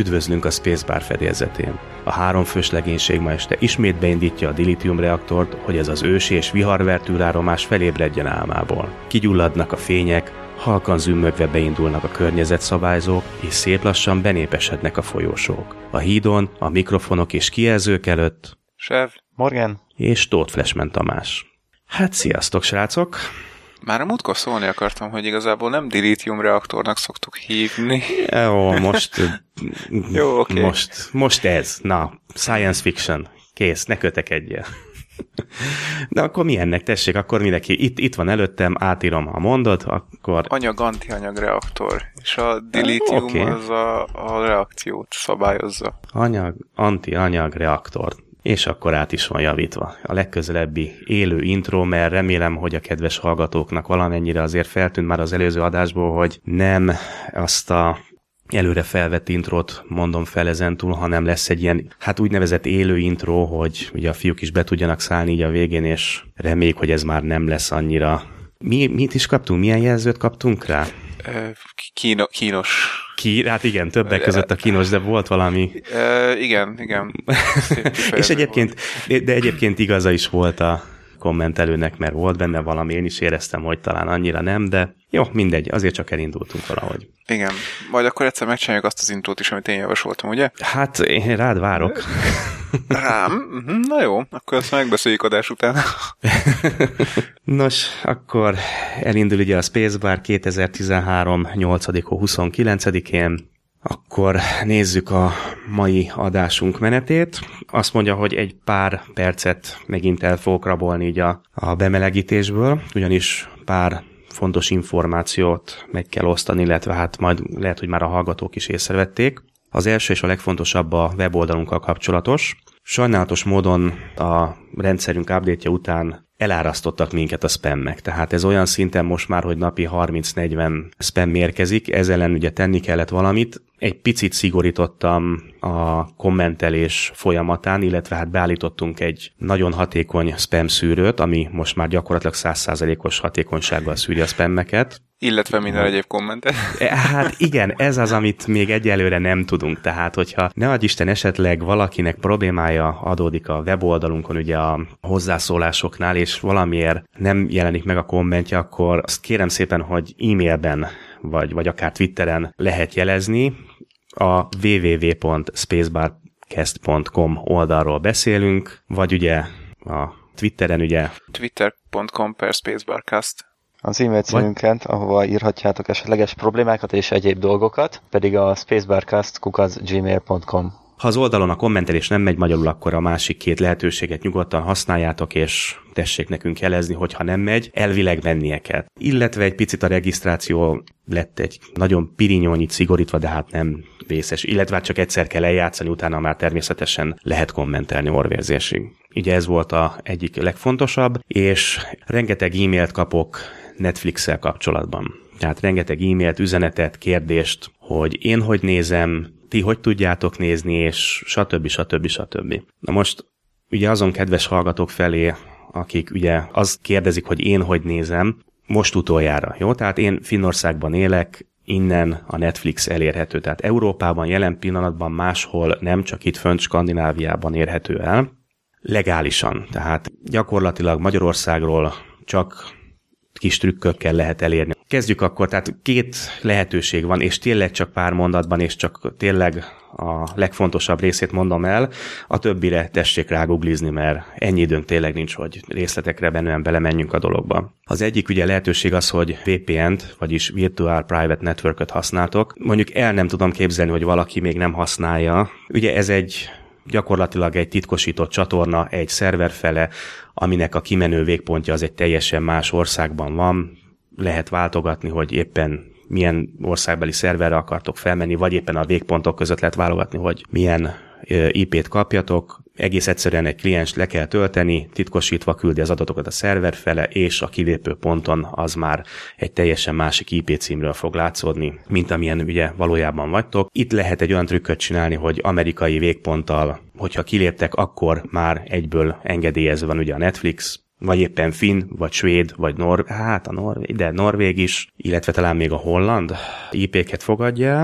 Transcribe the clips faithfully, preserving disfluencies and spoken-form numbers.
Üdvözlünk a Spacebar fedélzetén. A háromfős legénység ma este ismét beindítja a dilithium reaktort, hogy ez az ősi és viharvert űrállomás felébredjen álmából. Kigyulladnak a fények, halkan zümmögve beindulnak a környezetszabályzók, és szép lassan benépesednek a folyósók. A hídon, a mikrofonok és kijelzők előtt Sev, Morgan és Tóth Flashman Tamás. Hát sziasztok, srácok! Már a múltkor szólni akartam, hogy igazából nem dilithium reaktornak szoktuk hívni. Jó, most... Jó, oké. Okay. Most, most ez. Na, science fiction. Kész, ne kötekedjél. De akkor mi ennek? Tessék, akkor mindenki. Itt, itt van előttem, átírom, ha mondod, akkor... Anyag-antianyag reaktor. És a dilithium okay. az a, a reakciót szabályozza. Anyag, anti-anyag reaktor. És akkor át is van javítva. A legközelebbi élő intro, mert remélem, hogy a kedves hallgatóknak valamennyire azért feltűnt már az előző adásból, hogy nem azt a előre felvett intrót mondom fel ezentúl, hanem lesz egy ilyen, hát úgynevezett élő intro, hogy ugye a fiúk is be tudjanak szállni így a végén, és reméljük, hogy ez már nem lesz annyira... Mi, mit is kaptunk? Milyen jelzőt kaptunk rá? Kíno, kínos. Ki, hát igen, többek között a kínos, de volt valami... Uh, igen, igen. És egyébként, de egyébként igaza is volt a kommentelőnek, mert volt benne valami, én is éreztem, hogy talán annyira nem, de jó, mindegy, azért csak elindultunk valahogy. Igen, majd akkor egyszer megcsináljuk azt az intrót is, amit én javasoltam, ugye? Hát én rád várok. Rám? Na jó, akkor ezt megbeszéljük adás után. Nos, akkor elindul ugye a Spacebar kétezer-tizenhárom nyolcadika huszonkilencedikén, akkor nézzük a mai adásunk menetét. Azt mondja, hogy egy pár percet megint el fogok rabolni így a, a bemelegítésből, ugyanis pár fontos információt meg kell osztani, illetve hát majd lehet, hogy már a hallgatók is észrevették. Az első és a legfontosabb a weboldalunkkal kapcsolatos. Sajnálatos módon a rendszerünk update-ja után elárasztottak minket a spammek. Tehát ez olyan szinten most már, hogy napi harminc-negyven spam érkezik, ezzel ellen ugye tenni kellett valamit. Egy picit szigorítottam a kommentelés folyamatán, illetve hát beállítottunk egy nagyon hatékony spam szűrőt, ami most már gyakorlatilag száz százalékos hatékonysággal szűri a spammeket. Illetve minden egyéb kommentet. Hát igen, ez az, amit még egyelőre nem tudunk. Tehát, hogyha ne adj Isten esetleg valakinek problémája adódik a weboldalunkon, ugye a hozzászólásoknál, és valamiért nem jelenik meg a kommentje, akkor azt kérem szépen, hogy e-mailben, vagy, vagy akár Twitteren lehet jelezni. A double-u double-u double-u pont spacebarcast pont com oldalról beszélünk, vagy ugye a Twitteren ugye... twitter pont com per spacebarcast. Az e-mail címünket, ahova írhatjátok esetleges problémákat és egyéb dolgokat, pedig a spacebarcast kukac gmail pont com. Ha az oldalon a kommentelés nem megy magyarul, akkor a másik két lehetőséget nyugodtan használjátok, és tessék nekünk jelezni, hogyha nem megy, elvileg mennie kell. Illetve egy picit a regisztráció lett egy nagyon pirinyónyit szigorítva, de hát nem vészes. Illetve csak egyszer kell eljátszani, utána már természetesen lehet kommentelni orvérzésig. Ugye ez volt a egyik legfontosabb, és rengeteg e-mailt kapok Netflix-szel kapcsolatban. Tehát rengeteg e-mailt, üzenetet, kérdést, hogy én hogy nézem, ti hogy tudjátok nézni, és stb. stb. stb. Na most ugye azon kedves hallgatók felé, akik ugye azt kérdezik, hogy én hogy nézem, most utoljára, jó? Tehát én Finnországban élek, innen a Netflix elérhető. Tehát Európában jelen pillanatban máshol nem, csak itt fönt Skandináviában érhető el. Legálisan. Tehát gyakorlatilag Magyarországról csak kis trükkökkel lehet elérni. Kezdjük akkor, tehát két lehetőség van, és tényleg csak pár mondatban, és csak tényleg a legfontosabb részét mondom el, a többire tessék ráguglizni, mert ennyi időnk tényleg nincs, hogy részletekre bennően belemenjünk a dologba. Az egyik ugye lehetőség az, hogy vé pé en-t, vagyis Virtual Private Network-öt használtok. Mondjuk el nem tudom képzelni, hogy valaki még nem használja. Ugye ez egy gyakorlatilag egy titkosított csatorna, egy szerver fele, aminek a kimenő végpontja az egy teljesen más országban van. Lehet váltogatni, hogy éppen milyen országbeli szerverre akartok felmenni, vagy éppen a végpontok között lehet válogatni, hogy milyen í pét kapjatok. Egész egyszerűen egy kliens le kell tölteni, titkosítva küldi az adatokat a szerver fele, és a kilépő ponton az már egy teljesen másik í pé címről fog látszódni, mint amilyen ugye valójában vagytok. Itt lehet egy olyan trükköt csinálni, hogy amerikai végponttal, hogyha kiléptek, akkor már egyből engedélyezve van ugye a Netflix, vagy éppen finn, vagy svéd, vagy nor, hát a norvég, de norvég is, illetve talán még a holland í péket fogadja el.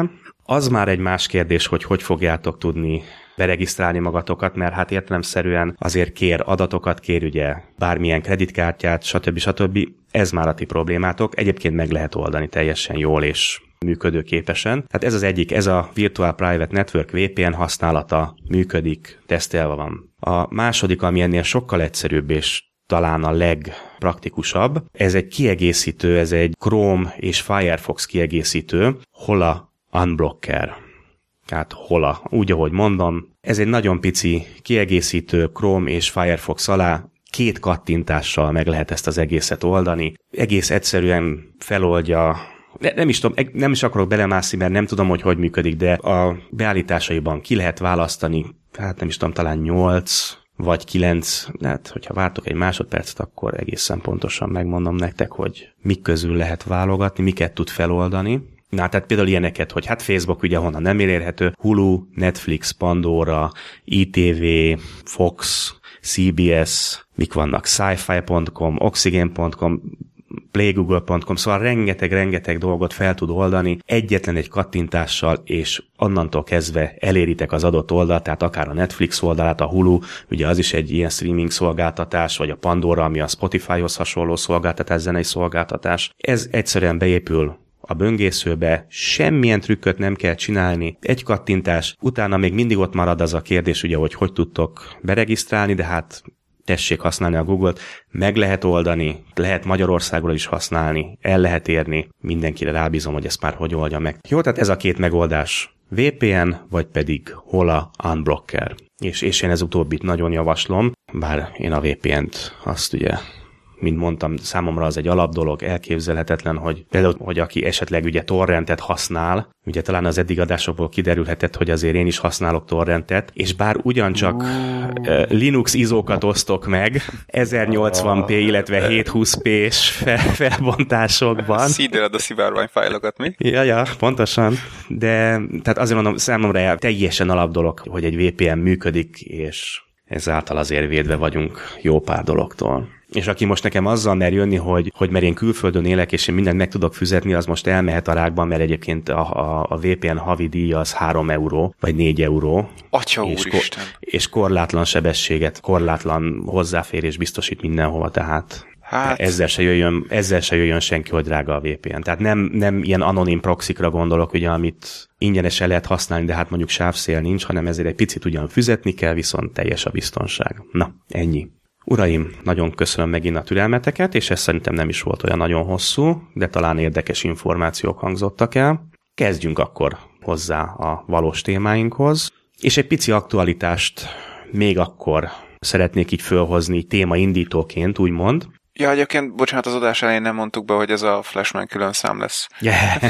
Az már egy más kérdés, hogy hogy fogjátok tudni beregisztrálni magatokat, mert hát értelemszerűen azért kér adatokat, kér ugye bármilyen kreditkártyát, stb. stb. Ez már a ti problémátok. Egyébként meg lehet oldani teljesen jól és működőképesen. Tehát ez az egyik, ez a Virtual Private Network vé pé en használata működik, tesztelve van. A második, ami ennél sokkal egyszerűbb és talán a legpraktikusabb, ez egy kiegészítő, ez egy Chrome és Firefox kiegészítő, Hola Unblocker. Tehát Hola, úgy ahogy mondom. Ez egy nagyon pici kiegészítő Chrome és Firefox alá, két kattintással meg lehet ezt az egészet oldani. Egész egyszerűen feloldja, nem is tudom, nem is akarok belemászni, mert nem tudom, hogy hogy működik, de a beállításaiban ki lehet választani, hát nem is tudom, talán nyolc vagy kilenc, hát hogyha vártok egy másodpercet, akkor egészen pontosan megmondom nektek, hogy mik közül lehet válogatni, miket tud feloldani. Na, tehát például ilyeneket, hogy hát Facebook ugye honnan nem elérhető, Hulu, Netflix, Pandora, i té vé, Fox, cé bé es, mik vannak, sci-fi pont com, oxygen pont com, playgoogle pont com, szóval rengeteg-rengeteg dolgot fel tud oldani egyetlen egy kattintással, és onnantól kezdve eléritek az adott oldalt, tehát akár a Netflix oldalát, a Hulu, ugye az is egy ilyen streaming szolgáltatás, vagy a Pandora, ami a Spotifyhoz hasonló szolgáltatás, zenei szolgáltatás. Ez egyszerűen beépül a böngészőbe, semmilyen trükköt nem kell csinálni, egy kattintás, utána még mindig ott marad az a kérdés, ugye, hogy hogy tudtok beregisztrálni, de hát tessék használni a Google-t, meg lehet oldani, lehet Magyarországról is használni, el lehet érni, mindenkire rábízom, hogy ezt már hogy oldja meg. Jó, tehát ez a két megoldás, vé pé en, vagy pedig Hola Unblocker. És, és én ez utóbbit nagyon javaslom, bár én a vé pé en-t azt ugye, mint mondtam, számomra az egy alapdolog, elképzelhetetlen, hogy például, hogy aki esetleg ugye torrentet használ, ugye talán az eddig adásokból kiderülhetett, hogy azért én is használok torrentet, és bár ugyancsak uh, Linux izókat osztok meg, ezernyolcvan pé, illetve hétszázhúsz pé-s fel, felbontásokban. Szídeled a szivárványfájlokat, mi? Ja, ja, pontosan, de tehát azért mondom, számomra teljesen alapdolog, hogy egy vé pé en működik, és ezáltal azért védve vagyunk jó pár dologtól. És aki most nekem azzal mer jönni, hogy, hogy mert én külföldön élek, és én mindent meg tudok fizetni, az most elmehet a rákban, mert egyébként a, a, a vé pé en havi díja az három euró, vagy négy euró. Atya és, úristen! Ko- és korlátlan sebességet, korlátlan hozzáférés biztosít mindenhova, tehát hát. ezzel, se jöjjön, ezzel se jöjjön senki, hogy drága a vé pé en. Tehát nem, nem ilyen anonim proxikra gondolok, ugye, amit ingyenesen lehet használni, de hát mondjuk sávszél nincs, hanem ezért egy picit ugyan fizetni kell, viszont teljes a biztonság. Na, ennyi. Uraim, nagyon köszönöm megint a türelmeteket, és ez szerintem nem is volt olyan nagyon hosszú, de talán érdekes információk hangzottak el. Kezdjünk akkor hozzá a valós témáinkhoz, és egy pici aktualitást még akkor szeretnék így fölhozni témaindítóként, úgymond. Ja, egyébként, bocsánat, az adás elején nem mondtuk be, hogy ez a Flashman külön szám lesz. Yeah.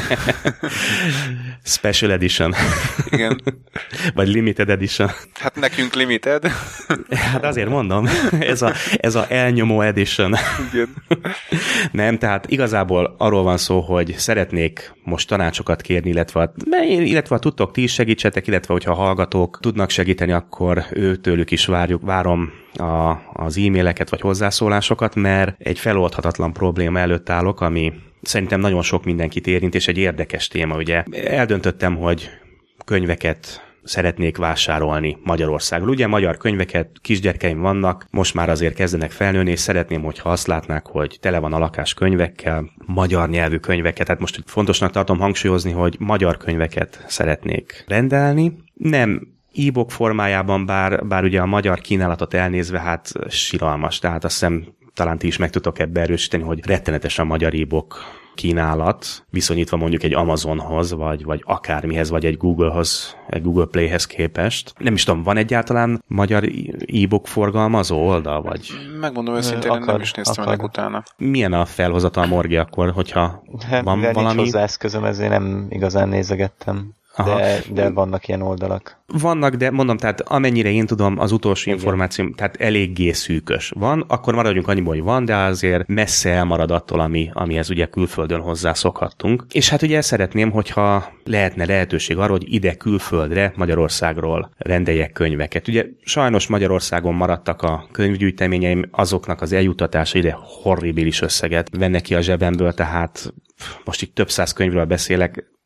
Special Edition. Igen. Vagy Limited Edition. Hát nekünk Limited. Hát azért mondom, ez a, ez a elnyomó Edition. Igen. Nem, tehát igazából arról van szó, hogy szeretnék most tanácsokat kérni, illetve, illetve tudtok, ti is segítsetek, illetve hogyha hallgatók tudnak segíteni, akkor őtőlük is várjuk, várom a, az e-maileket vagy hozzászólásokat, mert egy feloldhatatlan probléma előtt állok, ami szerintem nagyon sok mindenkit érint, és egy érdekes téma, ugye. Eldöntöttem, hogy könyveket szeretnék vásárolni Magyarországon. Ugye magyar könyveket, kisgyerkeim vannak, most már azért kezdenek felnőni, és szeretném, hogyha azt látnák, hogy tele van a lakás könyvekkel, magyar nyelvű könyveket. Tehát most fontosnak tartom hangsúlyozni, hogy magyar könyveket szeretnék rendelni. Nem e-book formájában, bár, bár ugye a magyar kínálatot elnézve, hát siralmas. Tehát azt hiszem, talán ti is meg tudtok ebbe erősíteni, hogy rettenetesen magyar e-book kínálat, viszonyítva mondjuk egy Amazonhoz, vagy, vagy akármihez, vagy egy Googlehoz, egy Google Playhez képest. Nem is tudom, van egyáltalán magyar e-book forgalmazó oldal, vagy? Megmondom őszintén, akar, nem is néztem ennek utána. Milyen a felhozatal, Morgi, akkor, hogyha hát, van valami? Nincs hozzá eszközöm, ezért nem igazán nézegettem. De, de vannak ilyen oldalak. Vannak, de mondom, tehát amennyire én tudom, az utolsó igen. információm, tehát eléggé szűkös van, akkor maradjunk annyiból, hogy van, de azért messze elmarad attól, ami, amihez ugye külföldön hozzászokhattunk. És hát ugye szeretném, hogyha lehetne lehetőség arra, hogy ide külföldre, Magyarországról rendeljek könyveket. Ugye sajnos Magyarországon maradtak a könyvgyűjteményeim, azoknak az eljutatása ide horribilis összeget venne ki a zsebemből, tehát most itt több száz könyvről beszélek,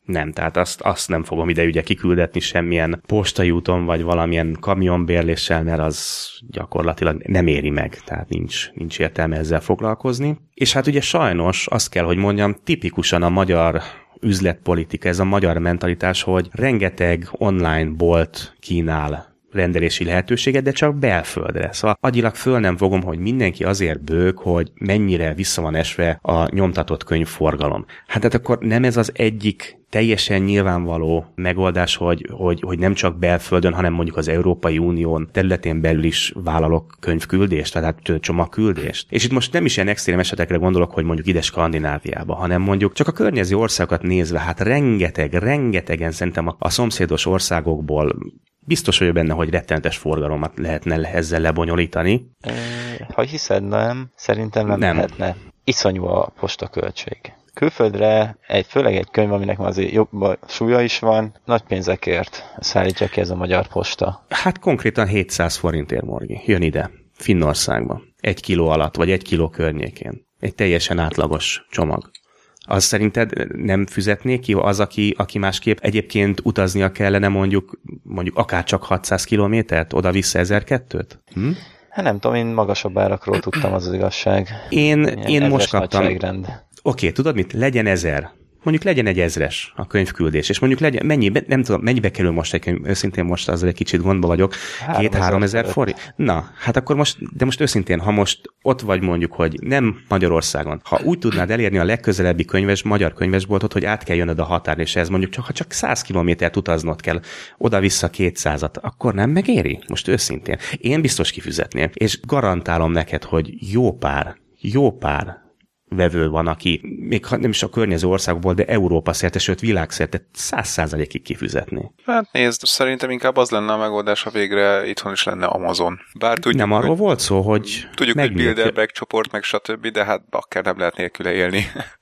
Nem, tehát azt, azt nem fogom ide ugye kiküldetni semmilyen postai úton, vagy valamilyen kamionbérléssel, mert az gyakorlatilag nem éri meg, tehát nincs, nincs értelme ezzel foglalkozni. És hát ugye sajnos azt kell, hogy mondjam, tipikusan a magyar üzletpolitika, ez a magyar mentalitás, hogy rengeteg online bolt kínál rendelési lehetőséget, de csak belföldre. Szóval agyilag föl nem fogom, hogy mindenki azért bőg, hogy mennyire vissza van esve a nyomtatott könyvforgalom. Hát, hát akkor nem ez az egyik teljesen nyilvánvaló megoldás, hogy, hogy, hogy nem csak belföldön, hanem mondjuk az Európai Unión területén belül is vállalok könyvküldést, tehát csomagküldést. És itt most nem is ilyen extrém esetekre gondolok, hogy mondjuk ide Skandináviába, hanem mondjuk csak a környező országokat nézve, hát rengeteg, rengetegen szerintem a, a szomszédos országokból biztos vagyok benne, hogy rettenetes forgalommat lehetne ezzel lebonyolítani. Ha hiszed, nem, szerintem nem, nem. lehetne. Iszonyú a postaköltség. Külföldre, egy, főleg egy könyv, aminek már azért jobb súlya is van, nagy pénzekért szállítja ki ez a magyar posta. Hát konkrétan hétszáz forintért, Morgi. Jön ide, Finnországba. Egy kiló alatt, vagy egy kiló környékén. Egy teljesen átlagos csomag. Az szerinted nem fizetné ki az, aki, aki másképp egyébként utaznia kellene mondjuk, mondjuk akár csak hatszáz kilométert, oda-vissza ezerkettőt? Hm? Hát nem tudom, én magasabb árakról tudtam, az az igazság. Én, én most kaptam. Oké, okay, tudod mit? Legyen ezer. Mondjuk legyen egy ezres a könyvküldés, és mondjuk legyen, mennyi, nem tudom, mennyibe kerül most egy könyv, őszintén most azzal egy kicsit gondba vagyok, két-három ezer forint? Na, hát akkor most, de most őszintén, ha most ott vagy mondjuk, hogy nem Magyarországon, ha úgy tudnád elérni a legközelebbi könyves, magyar könyvesboltot, hogy át kell jönnöd a határ, és ez mondjuk csak, ha csak száz kilométert utaznod kell, oda-vissza kétszázat, akkor nem megéri? Most őszintén. Én biztos kifizetném, és garantálom neked, hogy jó pár, jó pár vevő van, aki még nem is a környező országból, de Európa szerte, sőt világszerte száz százalékig kifizetni. Hát nézd, szerintem inkább az lenne a megoldás, ha végre itthon is lenne Amazon. Bár tudjuk, nem arról volt szó, hogy tudjuk, hogy Bilderberg csoport, meg stb., de hát bakker nem lehet nélküle élni.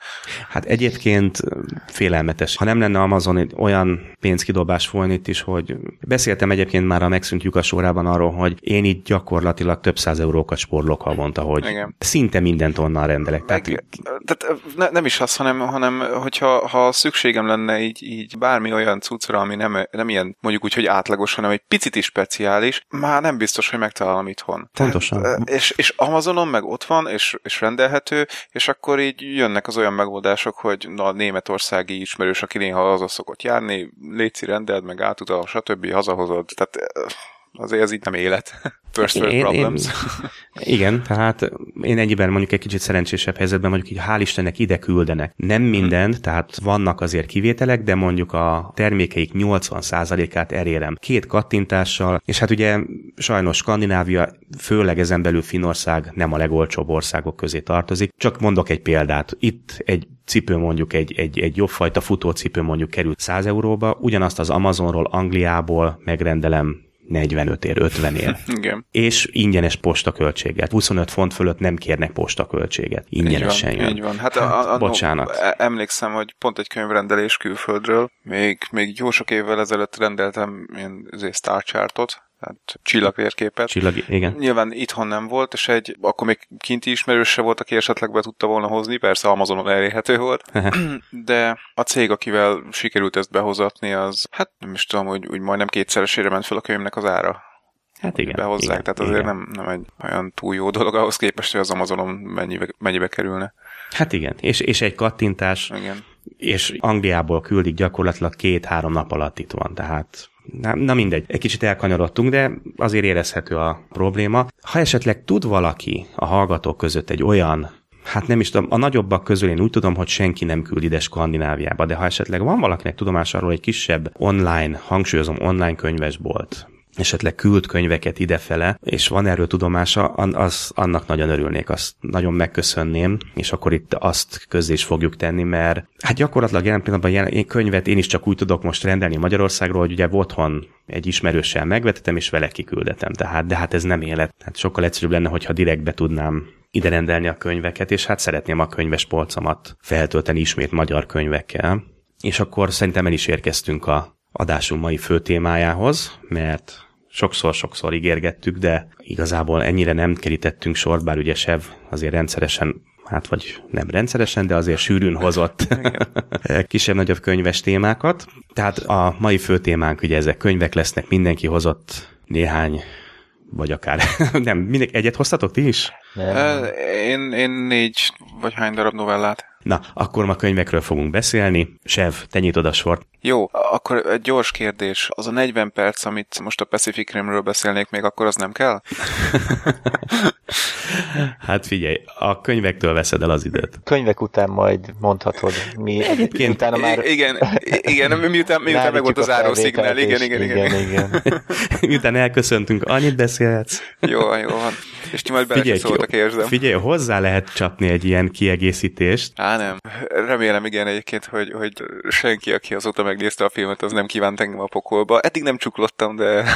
Hát egyébként félelmetes. Ha nem lenne Amazon, olyan pénzkidobás volna itt is, hogy beszéltem egyébként már a Megszűnt lyukas órában arról, hogy én itt gyakorlatilag több száz eurókat spórolok havonta, hogy igen. Szinte mindent onnan rendelek. Tehát Tehát ne, nem is az, hanem, hanem hogyha ha szükségem lenne így, így bármi olyan cuccra, ami nem, nem ilyen mondjuk úgy, hogy átlagos, hanem egy picit is speciális, már nem biztos, hogy megtalálom itthon. Pontosan. Tehát, és, és Amazonon meg ott van, és, és rendelhető, és akkor így jönnek az olyan megoldások, hogy na, a németországi ismerős, aki néha haza szokott járni, létszi, rendeld, meg átutal, stb. Hazahozod. Tehát azért ez így nem élet. First world problems. Én, igen, tehát én ennyiben mondjuk egy kicsit szerencsésebb helyzetben mondjuk így hál' Istennek ide küldenek. Nem mindent, tehát vannak azért kivételek, de mondjuk a termékeik nyolcvan százalékát elérem két kattintással, és hát ugye sajnos Skandinávia, főleg ezen belül Finnország nem a legolcsóbb országok közé tartozik. Csak mondok egy példát. Itt egy cipő mondjuk, egy, egy, egy jobbfajta futócipő mondjuk került száz euróba, ugyanazt az Amazonról, Angliából megrendelem negyvenöt ér, ötven ér. Igen. És ingyenes postaköltséget. huszonöt font fölött nem kérnek postaköltséget. Ingyenesen így van, jön. Így van. Hát, hát a, a, bocsánat. A, emlékszem, hogy pont egy könyvrendelés külföldről. Még, még jó sok évvel ezelőtt rendeltem ilyen Star Chartot, tehát csillagtérképet. Csillag, igen. Nyilván itthon nem volt, és egy, akkor még kinti ismerőse volt, aki esetleg be tudta volna hozni, persze Amazonon elérhető volt, de a cég, akivel sikerült ezt behozatni, az, hát nem is tudom, hogy úgy majdnem kétszeresére ment fel a könyvnek az ára. Hát igen. Behozzák, igen, tehát azért igen. nem, nem egy olyan túl jó dolog ahhoz képest, hogy az Amazonon mennyibe, mennyibe kerülne. Hát igen, és, és egy kattintás, igen. És Angliából küldik gyakorlatilag két-három nap alatt itt van, tehát na, na mindegy, egy kicsit elkanyarodtunk, de azért érezhető a probléma. Ha esetleg tud valaki a hallgatók között egy olyan, hát nem is tudom, a nagyobbak közül én úgy tudom, hogy senki nem küld ide Skandináviába, de ha esetleg van valakinek tudomás arról egy kisebb online, hangsúlyozom, online könyvesbolt, esetleg küld könyveket idefele, és van erről tudomása, az, annak nagyon örülnék, azt nagyon megköszönném, és akkor itt azt közzé is fogjuk tenni, mert hát gyakorlatilag jelen pillanatban jelen, én könyvet én is csak úgy tudok most rendelni Magyarországról, hogy ugye otthon egy ismerőssel megvetetem, és vele kiküldetem, tehát, de hát ez nem élet. Hát sokkal egyszerűbb lenne, hogyha direktbe tudnám ide rendelni a könyveket, és hát szeretném a könyves polcomat feltölteni ismét magyar könyvekkel. És akkor szerintem el is érkeztünk a adásunk mai fő témájához, mert sokszor-sokszor ígérgettük, de igazából ennyire nem kerítettünk sort, bár ugye Sev azért rendszeresen hát vagy nem rendszeresen, de azért sűrűn hozott kisebb-nagyobb könyves témákat. Tehát a mai fő témánk, ugye ezek könyvek lesznek, mindenki hozott néhány, vagy akár nem, mindenki egyet hoztatok ti is? Nem. Én, én négy vagy hány darab novellát. Na, akkor ma könyvekről fogunk beszélni. Sev, te nyitod a sort. Jó, akkor egy gyors kérdés. Az a negyven perc, amit most a Pacific Rimről beszélnék, még akkor az nem kell? Hát figyelj, a könyvektől veszed el az időt. Könyvek után majd mondhatod. Mi egyébként utána már... Igen, igen, miután, miután meg volt az zárószignál. Igen, igen, igen. igen, igen. Miután elköszöntünk, annyit beszélhetsz. Jó, jó van. És ti majd bele szóltak, érzem. Figyelj, hozzá lehet csapni egy ilyen kiegészítést. Á, nem. Remélem igen egyébként, hogy, hogy senki, aki azóta megnézte a filmet, az nem kívánt engem a pokolba. Eddig nem csuklottam, de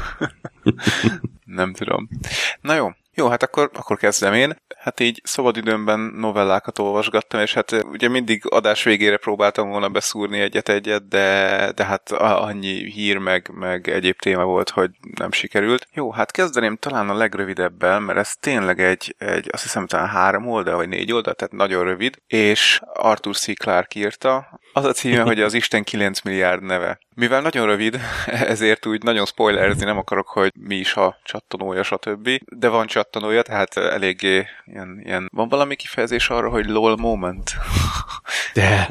nem tudom. Na jó. Jó, hát akkor, akkor kezdem én. Hát így szabadidőmben novellákat olvasgattam, és hát ugye mindig adás végére próbáltam volna beszúrni egyet-egyet, de, de hát annyi hír meg, meg egyéb téma volt, hogy nem sikerült. Jó, hát kezdeném talán a legrövidebben, mert ez tényleg egy, egy azt hiszem talán három oldal, vagy négy oldal, tehát nagyon rövid, és Arthur C. Clarke írta. Az a címe, hogy az Isten kilenc milliárd neve. Mivel nagyon rövid, ezért úgy nagyon spoilerezni nem akarok, hogy mi is a csattanója, stb. De van csattanója, tehát eléggé ilyen, ilyen... Van valami kifejezés arra, hogy lol moment? De...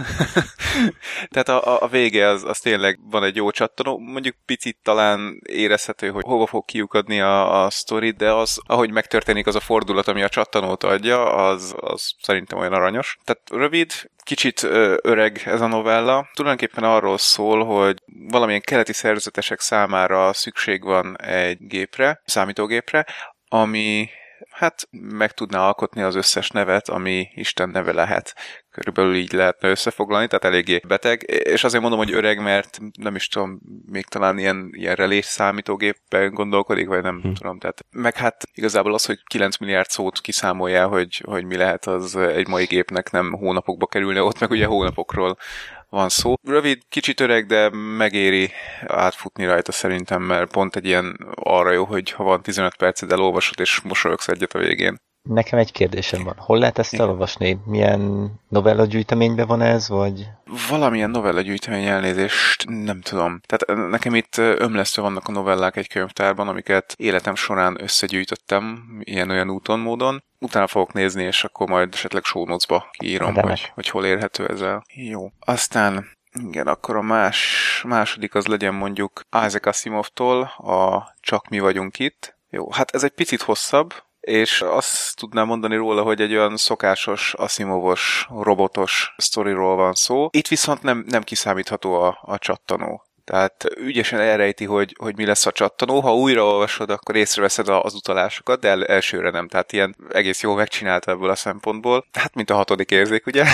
Tehát a, a vége az, az tényleg van egy jó csattanó, mondjuk picit talán érezhető, hogy hova fog kiukadni a, a sztori, de az, ahogy megtörténik az a fordulat, ami a csattanót adja, az, az szerintem olyan aranyos. Tehát rövid, kicsit ö, öreg ez a novella. Tulajdonképpen arról szól, hogy valamilyen keleti szerzetesek számára szükség van egy gépre, számítógépre, ami hát meg tudná alkotni az összes nevet, ami Isten neve lehet. Körülbelül így lehetne összefoglalni, tehát eléggé beteg. És azért mondom, hogy öreg, mert nem is tudom, még talán ilyen, ilyen relés számítógépben gondolkodik, vagy nem hm. tudom. Tehát, meg hát igazából az, hogy kilenc milliárd szót kiszámolja, hogy, hogy mi lehet, az egy mai gépnek nem hónapokba kerülne, ott meg ugye hónapokról van szó. Rövid, kicsit öreg, de megéri átfutni rajta szerintem, mert pont egy ilyen arra jó, hogy ha van tizenöt perced, elolvasod, és mosolyogsz egyet a végén. Nekem egy kérdésem van. Hol lehet ezt elolvasni? Milyen novellagyűjteményben van ez, vagy? Valamilyen novellagyűjtemény, elnézést, nem tudom. Tehát nekem itt ömlesztve vannak a novellák egy könyvtárban, amiket életem során összegyűjtöttem, ilyen-olyan úton, módon. Utána fogok nézni, és akkor majd esetleg show notes-ba kiírom, hogy, hogy hol érhető ezzel. Jó. Aztán igen, akkor a más, második az legyen mondjuk Isaac Asimovtól, a Csak mi vagyunk itt. Jó, hát ez egy picit hosszabb, és azt tudnám mondani róla, hogy egy olyan szokásos, Asimovos, robotos sztoriról van szó. Itt viszont nem, nem kiszámítható a, a csattanó. Tehát ügyesen elrejti, hogy, hogy mi lesz a csattanó. Ha újraolvasod, akkor észreveszed az utalásokat, de el, elsőre nem. Tehát ilyen egész jól megcsinálta ebből a szempontból. Hát, mint a hatodik érzék, ugye?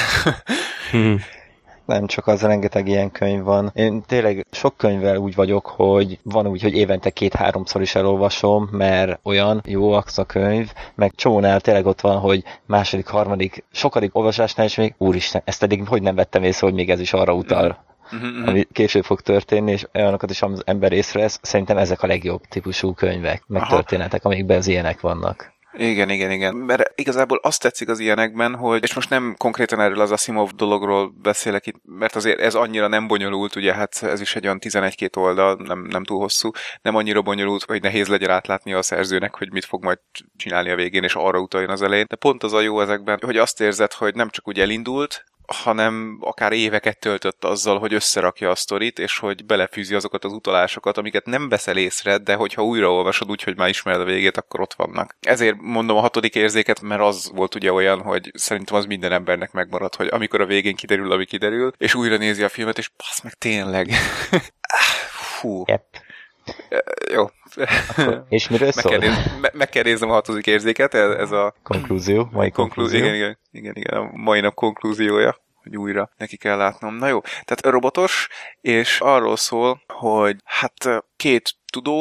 Hmm. Nem csak az, rengeteg ilyen könyv van. Én tényleg sok könyvvel úgy vagyok, hogy van úgy, hogy évente két-háromszor is elolvasom, mert olyan jó az a könyv, meg csomónál tényleg ott van, hogy második, harmadik, sokadik olvasásnál is még, úristen, ezt eddig hogy nem vettem észre, hogy még ez is arra utal, mm-hmm. ami később fog történni, és olyanokat is az ember észrevesz. Szerintem ezek a legjobb típusú könyvek, meg Aha. történetek, amikben az ilyenek vannak. Igen, igen, igen. Mert igazából azt tetszik az ilyenekben, hogy, és most nem konkrétan erről az Asimov dologról beszélek itt, mert azért ez annyira nem bonyolult, ugye hát ez is egy olyan tizenegy-két oldal, nem, nem túl hosszú, nem annyira bonyolult, hogy nehéz legyen átlátni a szerzőnek, hogy mit fog majd csinálni a végén, és arra utaljon az elején. De pont az a jó ezekben, hogy azt érzed, hogy nem csak úgy elindult, hanem akár éveket töltött azzal, hogy összerakja a sztorit, és hogy belefűzi azokat az utalásokat, amiket nem veszel észre, de hogyha újraolvasod úgy, hogy már ismered a végét, akkor ott vannak. Ezért mondom a hatodik érzéket, mert az volt ugye olyan, hogy szerintem az minden embernek megmarad, hogy amikor a végén kiderül, ami kiderül, és újra nézi a filmet, és passz meg tényleg. Fú. Yep. Jó. Akkor, és miről meg szól? Kell nézni, me, meg kell néznem a hatodik érzéket, ez, ez a... Konklúzió, mai konklúzió. Igen, igen, igen, igen, a mai nap konklúziója, hogy újra neki kell látnom. Na jó, tehát robotos, és arról szól, hogy hát két tudós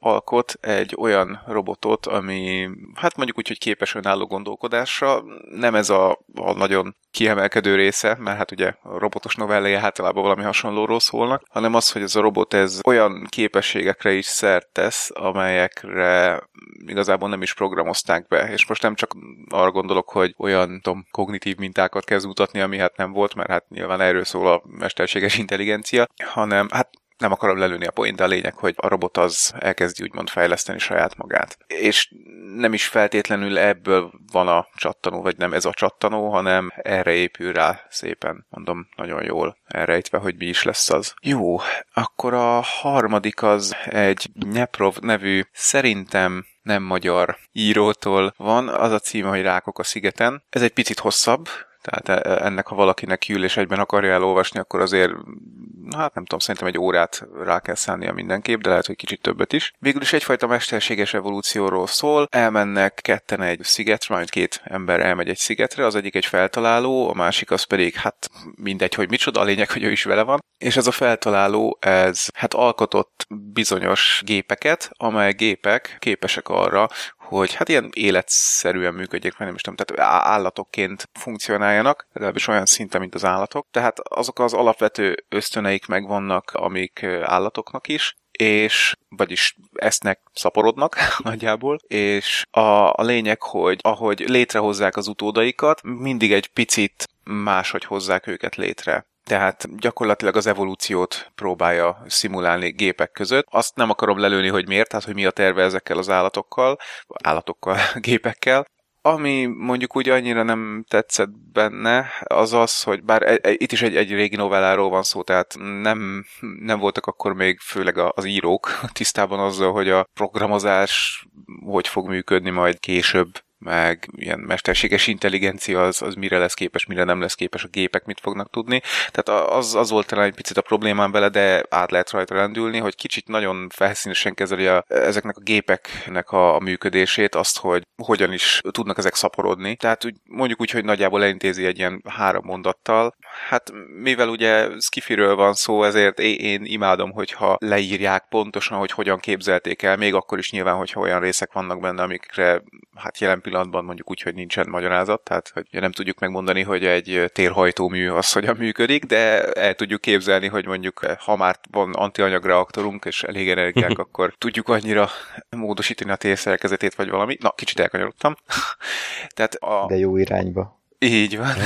alkot egy olyan robotot, ami hát mondjuk úgy, hogy képes önálló gondolkodásra. Nem ez a, a nagyon kiemelkedő része, mert hát ugye a robotos novellái általában valami hasonlóról szólnak, hanem az, hogy ez a robot ez olyan képességekre is szert tesz, amelyekre igazából nem is programozták be. És most nem csak arra gondolok, hogy olyan tudom, kognitív mintákat kezd mutatni, ami hát nem volt, mert hát nyilván erről szól a mesterséges intelligencia, hanem hát nem akarom lelőni a point, de a lényeg, hogy a robot az elkezdi úgymond fejleszteni saját magát. És nem is feltétlenül ebből van a csattanó, vagy nem ez a csattanó, hanem erre épül rá szépen, mondom, nagyon jól elrejtve, hogy mi is lesz az. Jó, akkor a harmadik az egy Nyeprov nevű, szerintem nem magyar írótól van, az a címe, hogy Rákok a szigeten. Ez egy picit hosszabb, tehát ennek, ha valakinek kiül és egyben akarja elolvasni, akkor azért, hát nem tudom, szerintem egy órát rá kell szánnia mindenképp, de lehet, hogy kicsit többet is. Végül is egyfajta mesterséges evolúcióról szól, elmennek ketten egy szigetre, majd két ember elmegy egy szigetre, az egyik egy feltaláló, a másik az pedig, hát mindegy, hogy micsoda, a lényeg, hogy ő is vele van. És ez a feltaláló, ez hát alkotott bizonyos gépeket, amely gépek képesek arra, hogy hát ilyen életszerűen működjék, mert nem is tudom, tehát állatokként funkcionáljanak, legalábbis olyan szinten, mint az állatok. Tehát azok az alapvető ösztöneik megvannak, amik állatoknak is, és vagyis esznek, szaporodnak nagyjából, és a, a lényeg, hogy ahogy létrehozzák az utódaikat, mindig egy picit máshogy hozzák őket létre. Tehát gyakorlatilag az evolúciót próbálja szimulálni gépek között. Azt nem akarom lelőni, hogy miért, tehát hogy mi a terve ezekkel az állatokkal, állatokkal, gépekkel. Ami mondjuk úgy annyira nem tetszett benne, az az, hogy bár e, e, itt is egy, egy régi novelláról van szó, tehát nem, nem voltak akkor még főleg az írók tisztában azzal, hogy a programozás hogy fog működni majd később, meg ilyen mesterséges intelligencia az, az mire lesz képes, mire nem lesz képes, a gépek mit fognak tudni. Tehát az, az volt talán egy picit a problémám vele, de át lehet rajta rendülni, hogy kicsit nagyon felszínesen kezeli a, ezeknek a gépeknek a, a működését, azt, hogy hogyan is tudnak ezek szaporodni. Tehát úgy, mondjuk úgy, hogy nagyjából elintézi egy ilyen három mondattal. Hát mivel ugye skifiről van szó, ezért én, én imádom, hogyha leírják pontosan, hogy hogyan képzelték el, még akkor is nyilván, hogyha olyan részek vannak benne, amikre hát jelen pillanatban mondjuk úgy, hogy nincsen magyarázat, tehát hogy nem tudjuk megmondani, hogy egy térhajtómű az hogyan működik, de el tudjuk képzelni, hogy mondjuk ha már van antianyagreaktorunk és elég energiák, akkor tudjuk annyira módosítani a térszerkezetét vagy valami. Na, kicsit elkanyarodtam. Tehát a... De jó irányba. Így van.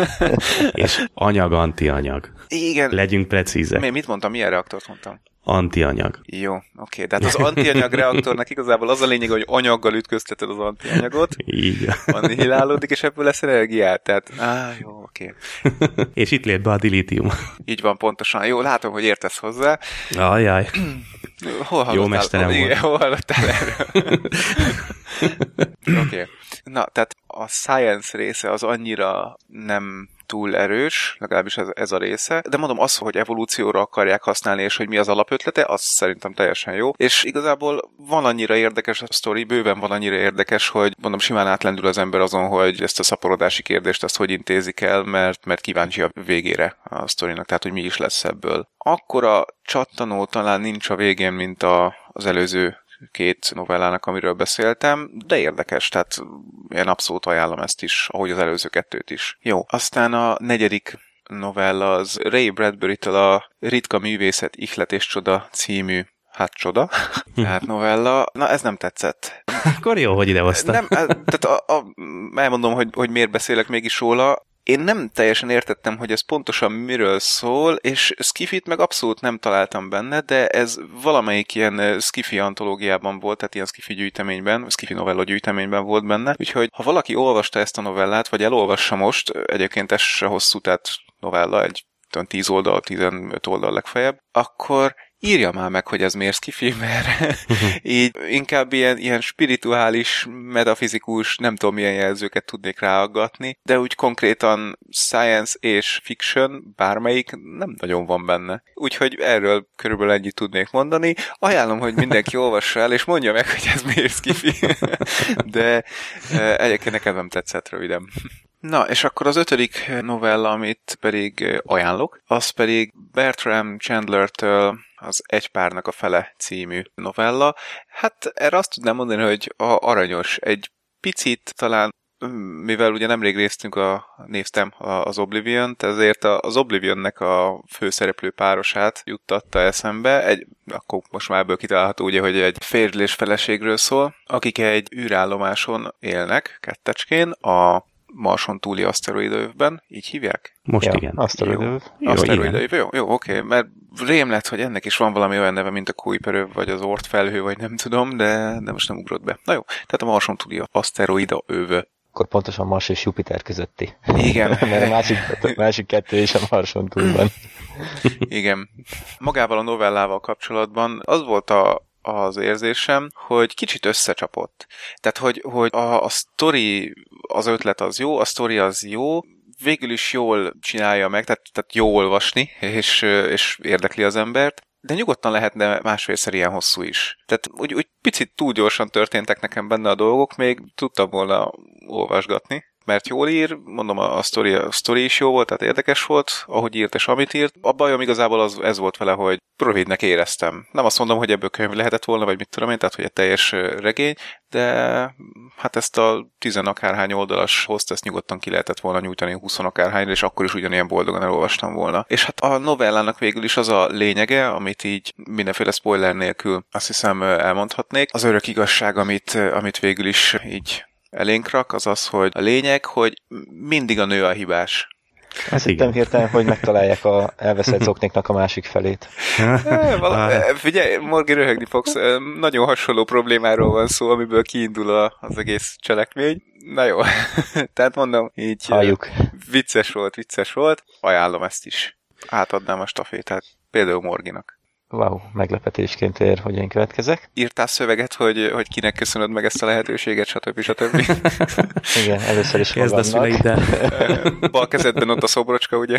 És anyag-antianyag. Igen. Legyünk precízek. Mi, mit mondtam? Milyen reaktort mondtam? Antianyag. Jó, oké. De hát az antianyag reaktornak igazából az a lényeg, hogy anyaggal ütközteted az antianyagot. Így. Annihilálódik, és ebből lesz energiát. Tehát, áh, jó, oké. És itt lép be a dilítium. Így van, pontosan. Jó, látom, hogy értesz hozzá. Ajjaj. Hol jó mesterem volt. Igen, hol hallottál erről? Oké. Okay. Na, tehát a science része az annyira nem túl erős, legalábbis ez, ez a része, de mondom azt, hogy evolúcióra akarják használni, és hogy mi az alapötlete, az szerintem teljesen jó, és igazából van annyira érdekes a sztori, bőven van annyira érdekes, hogy mondom, simán átlendül az ember azon, hogy ezt a szaporodási kérdést ezt hogy intézik el, mert, mert kíváncsi a végére a sztorinak, tehát hogy mi is lesz ebből. Akkora csattanó talán nincs a végén, mint a, az előző két novellának, amiről beszéltem, de érdekes, tehát én abszolút ajánlom ezt is, ahogy az előző kettőt is. Jó, aztán a negyedik novella az Ray Bradbury-től a Ritka művészet, ihlet és csoda című, hát csoda, tehát novella. Na, ez nem tetszett. Akkor jó, hogy idehoztad. Nem, tehát a, a, elmondom, hogy, hogy miért beszélek mégis róla. Én nem teljesen értettem, hogy ez pontosan miről szól, és skifit meg abszolút nem találtam benne, de ez valamelyik ilyen skifi antológiában volt, tehát ilyen skifi gyűjteményben, skifi novella gyűjteményben volt benne, úgyhogy ha valaki olvasta ezt a novellát, vagy elolvassa most, egyébként ez se hosszú, tehát novella, egy tíz oldal, tizenöt oldal legfeljebb, akkor írja már meg, hogy ez miért skifi, mert így inkább ilyen, ilyen spirituális, metafizikus, nem tudom milyen jelzőket tudnék ráaggatni, de úgy konkrétan science és fiction, bármelyik nem nagyon van benne. Úgyhogy erről körülbelül ennyit tudnék mondani. Ajánlom, hogy mindenki olvassa el, és mondja meg, hogy ez miért skifi. De egyébként nekem nem tetszett röviden. Na, és akkor az ötödik novella, amit pedig ajánlok, az pedig Bertram Chandlertől az Egy párnak a fele című novella. Hát erre azt tudnám mondani, hogy a aranyos. Egy picit talán, mivel ugye nemrég néztünk a, néztem az Oblivion-t, ezért az Oblivionnek a főszereplő párosát juttatta eszembe. Egy, akkor most már ebből kitalálható ugye, hogy egy férjről és feleségről szól, akik egy űrállomáson élnek, kettecskén, a Marson túli aszteroidövben, így hívják? Most ja, igen. Aszteroidöv. Aszteroidöv, jó, jó, oké, mert rém lett, hogy ennek is van valami olyan neve, mint a Kuiperöv, vagy az Oort felhő, vagy nem tudom, de, de most nem ugrott be. Na jó, tehát a Marson túli aszteroidöv. Akkor pontosan Mars és Jupiter közötti. Igen. Mert a másik, a másik kettő is a Marson túl van. Igen. Magával a novellával kapcsolatban az volt a az érzésem, hogy kicsit összecsapott. Tehát, hogy, hogy a, a sztori, az ötlet az jó, a sztori az jó, végül is jól csinálja meg, tehát, tehát jó olvasni, és, és érdekli az embert, de nyugodtan lehetne másfélszer ilyen hosszú is. Tehát úgy, úgy picit túl gyorsan történtek nekem benne a dolgok, még tudtam volna olvasgatni, mert jól ír, mondom, a sztori, a sztori is jó volt, tehát érdekes volt, ahogy írt és amit írt. A bajom igazából az, ez volt vele, hogy rövidnek éreztem. Nem azt mondom, hogy ebből könyv lehetett volna, vagy mit tudom én, tehát hogy egy teljes regény, de hát ezt a tizenakárhány oldalas hozt, ezt nyugodtan ki lehetett volna nyújtani huszonakárhányra, és akkor is ugyanilyen boldogan elolvastam volna. És hát a novellának végül is az a lényege, amit így mindenféle spoiler nélkül azt hiszem elmondhatnék. Az örök igazság, amit, amit végül is így elénk rak, az az, hogy a lényeg, hogy mindig a nő a hibás. Azt hittem hirtelen, hogy megtalálják a elveszett zokniknak a másik felét. E, vala, figyelj, Morgi, röhögni fogsz. Nagyon hasonló problémáról van szó, amiből kiindul a, az egész cselekmény. Na jó, tehát mondom, így Halljuk. vicces volt, vicces volt. Ajánlom ezt is. Átadnám a stafétát. Például Morginak. Wow, meglepetésként ér, hogy én következek. Írtál szöveget, hogy, hogy kinek köszönöd meg ezt a lehetőséget, stb. stb. Igen, először is magamnak. Bal kezedben ott a szobrocska, ugye?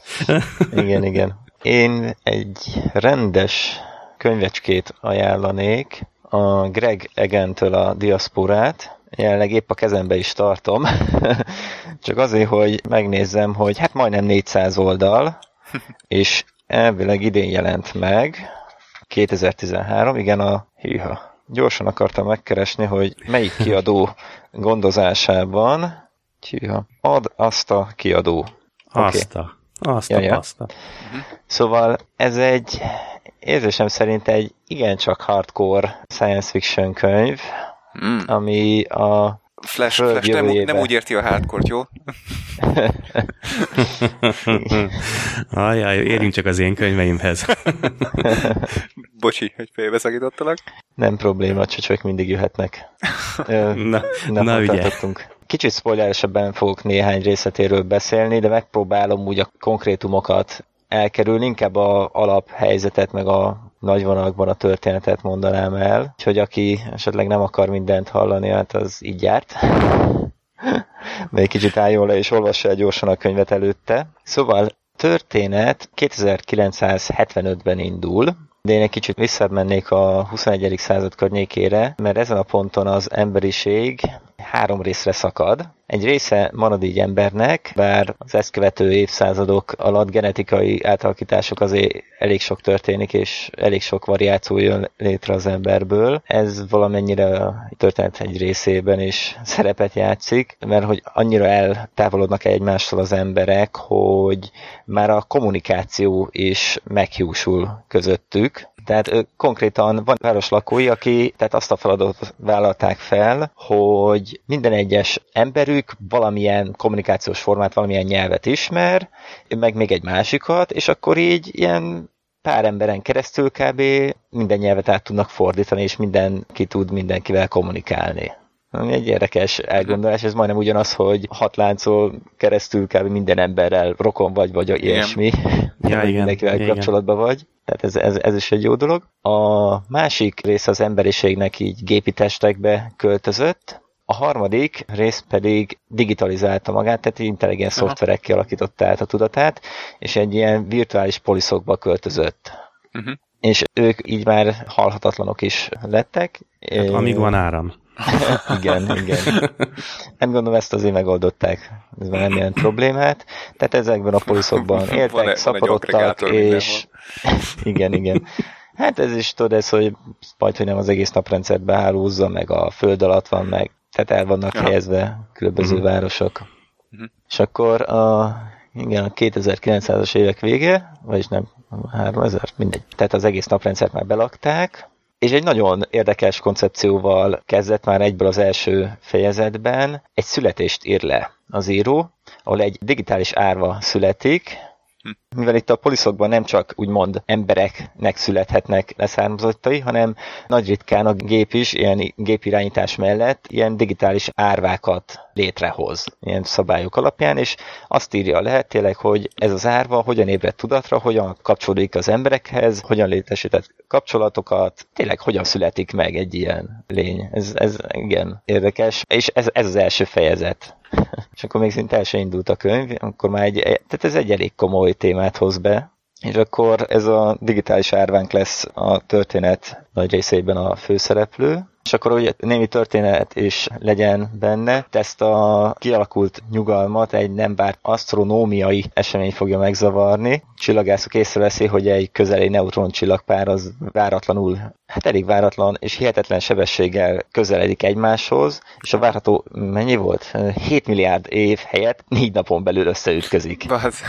Igen, igen. Én egy rendes könyvecskét ajánlanék, a Greg Egan-től a Diaszporát. Jelenleg épp a kezembe is tartom. Csak azért, hogy megnézzem, hogy hát majdnem négyszáz oldal, és elvileg idén jelent meg, kétezer-tizenhárom, igen, a hűha. Gyorsan akartam megkeresni, hogy melyik kiadó gondozásában, hűha, ad azt a kiadó. Azt a, okay. azt a, ja, ja. azt a. Szóval ez egy, érzésem szerint egy igencsak hardcore science fiction könyv, mm. ami a Flash, Flash nem, nem úgy érti a hardcore-t, jó? Ajjaj, érjünk csak az én könyveimhez. Bocsi, hogy félbeszakítottalak. Nem probléma, csöcsök mindig jöhetnek. na, na ugye. Kicsit spoileresebben fogok néhány részletéről beszélni, de megpróbálom úgy a konkrétumokat elkerülni, inkább a alaphelyzetet, meg a nagy vonalakban a történetet mondanám el. Úgyhogy aki esetleg nem akar mindent hallani, hát az így járt. Még kicsit álljon le és olvassa el gyorsan a könyvet előtte. Szóval történet kétezer-kilencszázhetvenötben indul, de én egy kicsit visszamennék a huszonegyedik század környékére, mert ezen a ponton az emberiség három részre szakad. Egy része marad így embernek, bár az ezt követő évszázadok alatt genetikai átalakítások azért elég sok történik, és elég sok variáció jön létre az emberből. Ez valamennyire a történet egy részében is szerepet játszik, mert hogy annyira eltávolodnak egymástól az emberek, hogy már a kommunikáció is meghiúsul közöttük. Tehát konkrétan van város lakói, aki tehát azt a feladatot vállalták fel, hogy minden egyes emberük valamilyen kommunikációs formát, valamilyen nyelvet ismer, meg még egy másikat, és akkor így ilyen pár emberen keresztül kb. Minden nyelvet át tudnak fordítani, és mindenki tud mindenkivel kommunikálni. Ami egy érdekes elgondolás, ez majdnem ugyanaz, hogy hat láncol keresztül kb. Minden emberrel rokon vagy, vagy ilyesmi. Ja, igen, mindenkivel igen. kapcsolatban vagy. Tehát ez, ez, ez is egy jó dolog. A másik része az emberiségnek így gépi testekbe költözött. A harmadik rész pedig digitalizálta magát, tehát intelligens Aha. szoftverek kialakította át a tudatát, és egy ilyen virtuális poliszokba költözött. Uh-huh. És ők így már halhatatlanok is lettek. Hát, amíg van áram. igen, igen. Nem gondolom, ezt azért megoldották. Ez már nem ilyen problémát. Tehát ezekben a poliszokban éltek, van szaporodtak, és... igen, igen. Hát ez is tudod, ez, hogy majd, hogy nem az egész naprendszert behálózza, meg a föld alatt van, meg tehát el vannak ja. helyezve különböző uh-huh. városok. Uh-huh. És akkor a, igen, a kétezer-kilencszázas évek vége, vagyis nem, háromezer, mindegy. Tehát az egész naprendszert már belakták, és egy nagyon érdekes koncepcióval kezdett már egyből az első fejezetben. Egy születést ír le az író, ahol egy digitális árva születik, mivel itt a poliszokban nem csak úgymond embereknek születhetnek leszármazottai, hanem nagy ritkán a gép is ilyen gépirányítás mellett ilyen digitális árvákat létrehoz, ilyen szabályok alapján, és azt írja le tényleg, hogy ez az árva hogyan ébred tudatra, hogyan kapcsolódik az emberekhez, hogyan létesített kapcsolatokat, tényleg hogyan születik meg egy ilyen lény. Ez, ez igen érdekes, és ez, ez az első fejezet. És akkor még szinte el se indult a könyv, akkor már egy, tehát ez egy elég komoly témát hoz be, és akkor ez a digitális árvánk lesz a történet nagy részében a főszereplő, és akkor hogy némi történet is legyen benne, ezt a kialakult nyugalmat egy nem várt asztronómiai esemény fogja megzavarni. Csillagászok észreveszi, hogy egy közeli neutroncsillagpár az váratlanul, hát elég váratlan és hihetetlen sebességgel közeledik egymáshoz, és a várható mennyi volt? hét milliárd év helyett négy napon belül összeütközik.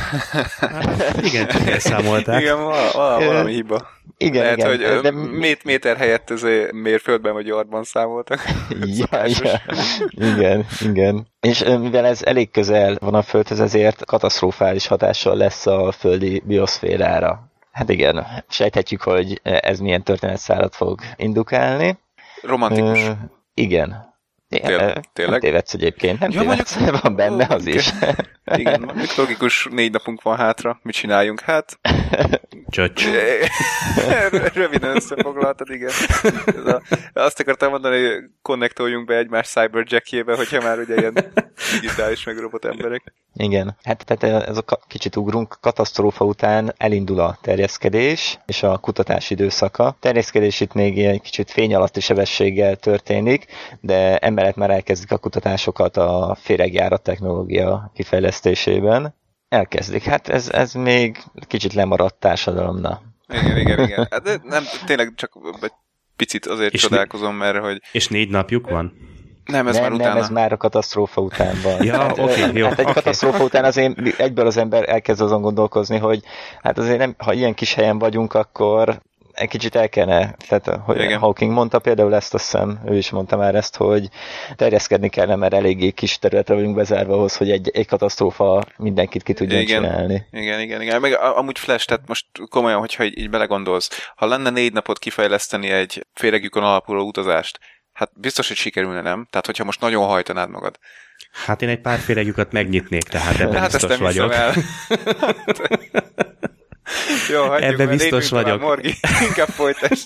Igen, csak elszámolták. Igen, valami hiba. Igen, lehet, igen. hogy de... mét méter helyett ez mérföldben vagy yardban számoltak. ja, ja. Igen, igen. És mivel ez elég közel van a Földhöz, ezért katasztrofális hatással lesz a földi bioszférára. Hát igen, sejthetjük, hogy ez milyen történetszálat fog indukálni. Romantikus. Uh, igen. Tényleg? Nem tévedsz egyébként, nem ja, tévedsz, mondjuk... van benne az is. Igen, mondjuk logikus, négy napunk van hátra, mit csináljunk? Hát... Csöcs. Röviden összefoglaltad, igen. A, azt akartam mondani, hogy konnektoljunk be egymás cyberjackjébe, hogyha már ugye ilyen digitális meg robot emberek. Igen, hát tehát ez a kicsit ugrunk, katasztrófa után elindul a terjeszkedés és a kutatás időszaka. Terjeszkedés itt még egy kicsit fény alatti sebességgel történik, de emellett már elkezdik a kutatásokat a féregjárat technológia kifejlesztésében. Elkezdik. Hát ez, ez még kicsit lemaradt társadalomna. Igen, igen, igen. Hát de nem, tényleg csak egy picit azért és csodálkozom, mert hogy... És négy napjuk van? Nem, ez nem, már utána. Nem, ez már a katasztrófa után van. Ja, oké, okay, jó. Hát egy okay. katasztrófa után azért egyből az ember elkezd azon gondolkozni, hogy hát azért nem, ha ilyen kis helyen vagyunk, akkor egy kicsit el kellene, tehát hogy igen. Hawking mondta például ezt, azt hiszem, ő is mondta már ezt, hogy terjeszkedni kellene, mert eléggé kis területre vagyunk bezárva ahhoz, hogy egy, egy katasztrófa mindenkit ki tudjon igen. csinálni. Igen, igen, igen. Meg amúgy Flash, tehát most komolyan, hogyha így, így belegondolsz, ha lenne négy napot kifejleszteni egy féregjükön alapuló utazást, hát biztos, hogy sikerülne, nem? Tehát, hogyha most nagyon hajtanád magad. Hát én egy pár féregjükat megnyitnék, tehát ebben hát biztos vagyok. El. Jó, hagyjuk, ebben biztos vagyok. Tovább, Morgi, inkább folytasd.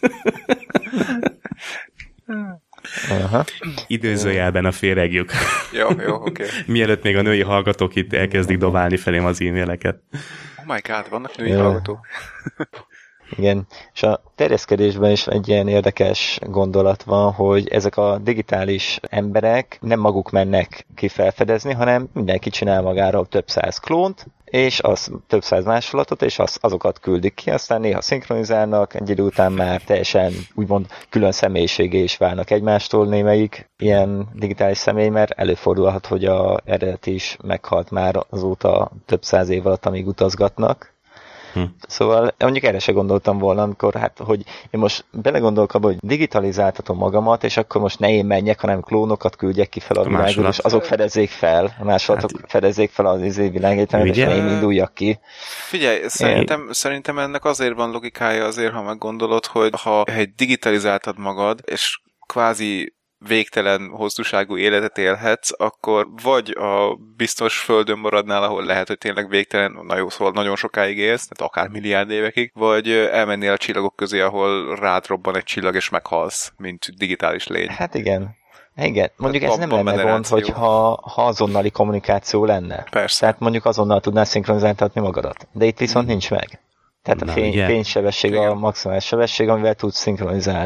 Aha. Időzőjelben a féregjük. Jó, jó, oké. Okay. Mielőtt még a női hallgatók itt elkezdik dobálni felém az e-maileket. Oh my god, vannak női hallgatók. Igen, és a terjeszkedésben is egy ilyen érdekes gondolat van, hogy ezek a digitális emberek nem maguk mennek ki felfedezni, hanem mindenki csinál magáról több száz klónt, és az több száz másolatot, és az, azokat küldik ki, aztán néha szinkronizálnak, egy idő után már teljesen úgymond külön személyiségé is válnak egymástól némelyik ilyen digitális személy, mert előfordulhat, hogy a eredeti is meghalt már azóta több száz év alatt, amíg utazgatnak. Hm. Szóval mondjuk erre se gondoltam volna, amikor hát, hogy én most belegondolok abba, hogy digitalizáltatom magamat, és akkor most ne én menjek, hanem klónokat küldjek ki fel a, a világról, és azok fedezzék fel, a másolatok hát, fedezzék fel az izé világegyetemet, és ne én induljak ki. Figyelj, szerintem, én... szerintem ennek azért van logikája, azért, ha meggondolod, hogy ha egy digitalizáltad magad, és kvázi végtelen hosszúságú életet élhetsz, akkor vagy a biztos földön maradnál, ahol lehet, hogy tényleg végtelen, na jó, szóval nagyon sokáig élsz, tehát akár milliárd évekig, vagy elmennél a csillagok közé, ahol rád robban egy csillag, és meghalsz, mint digitális lény. Hát igen. Igen, mondjuk hát ez nem lenne gond, hogyha ha azonnali kommunikáció lenne. Persze. Tehát mondjuk azonnal tudnál szinkronizáltatni magadat. De itt viszont hmm. nincs meg. Tehát na, a fény, fénysebesség igen. A maximális sebesség, amivel tudsz szinkronizálni.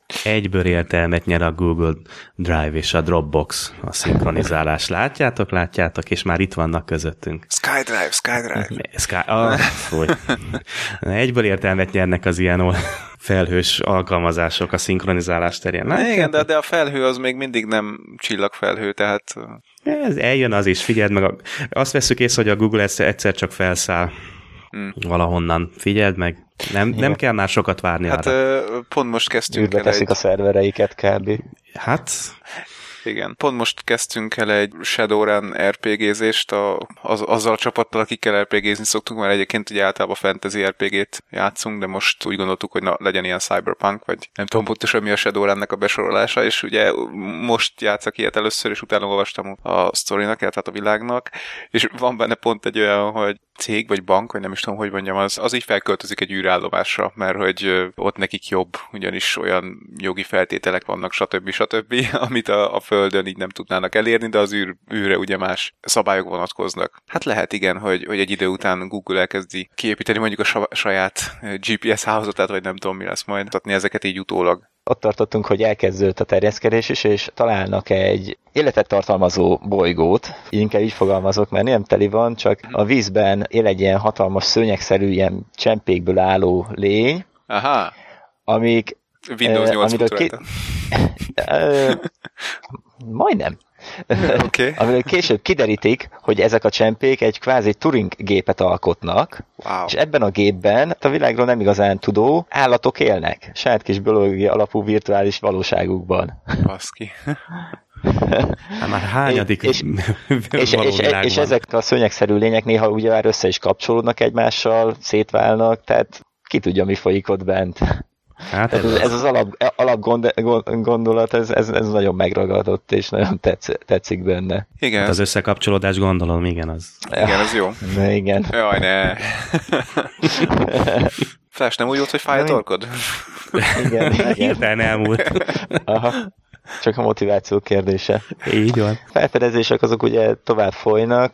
Egyből értelmet nyer a Google Drive és a Dropbox, a szinkronizálás. Látjátok, látjátok, és már itt vannak közöttünk. SkyDrive, SkyDrive. Sky, ah, egyből értelmet nyernek az ilyen felhős alkalmazások a szinkronizálás terén. Látjátok? Igen, de, de a felhő az még mindig nem csillagfelhő, tehát... Ez eljön az is, figyeld meg. A, azt veszük észre, hogy a Google egyszer, egyszer csak felszáll hmm. valahonnan. Figyeld meg. Nem, nem kell már sokat várni hát, arra. Hát pont most kezdtünk Űrbe teszik egy... a szervereiket kb. Hát... Igen. Pont most kezdtünk el egy Shadowrun er pé gé-zést a, az, azzal a csapattal, akikkel er pé gézni szoktunk, mert egyébként ugye általában fantasy er pé gét játszunk, de most úgy gondoltuk, hogy na, legyen ilyen cyberpunk, vagy nem tudom pontosan mi a Shadowrunnek a besorolása, és ugye most játszak ilyet először, és utána olvastam a sztorinak, tehát a világnak, és van benne pont egy olyan, hogy cég, vagy bank, vagy nem is tudom, hogy mondjam, az, az így felköltözik egy űrállomásra, mert hogy ott nekik jobb, ugyanis olyan jogi feltételek vannak, stb. stb., amit a, a Földön így nem tudnának elérni, de az űr, űrre ugye más szabályok vonatkoznak. Hát lehet igen, hogy, hogy egy idő után Google elkezdi kiépíteni mondjuk a saját gé pé es hálózatát, vagy nem tudom, mi lesz majd. Tatni ezeket így utólag. Ott tartottunk, hogy elkezdődött a terjeszkedés is, és találnak egy életet tartalmazó bolygót, inkább így fogalmazok, mert nem teli van, csak a vízben él egy ilyen hatalmas szőnyegszerű, ilyen csempékből álló lény, aha. amik... Windows nyolc futott ki... Majdnem. Okay. Amiről később kiderítik, hogy ezek a csempék egy kvázi Turing gépet alkotnak, wow. és ebben a gépben a világról nem igazán tudó állatok élnek, saját kis biológia alapú virtuális valóságukban. Baszki. Hát már hányadik és, és, és, és ezek a szőnyegszerű lények néha ugye már össze is kapcsolódnak egymással, szétválnak, tehát ki tudja, mi folyik ott bent. Hát ez, ez az alap, alap gond, gondolat, ez, ez, ez nagyon megragadott, és nagyon tetsz, tetszik benne. Igen. Hát az összekapcsolódás gondolom, igen, az. Igen, ez jó. Ne, igen. Jaj, ne. Flash, nem úgy volt, hogy fáj a torkod? Igen, igen. Hirtelen elmúlt. Aha. Csak a motiváció kérdése. Így van. Felfedezések azok ugye tovább folynak,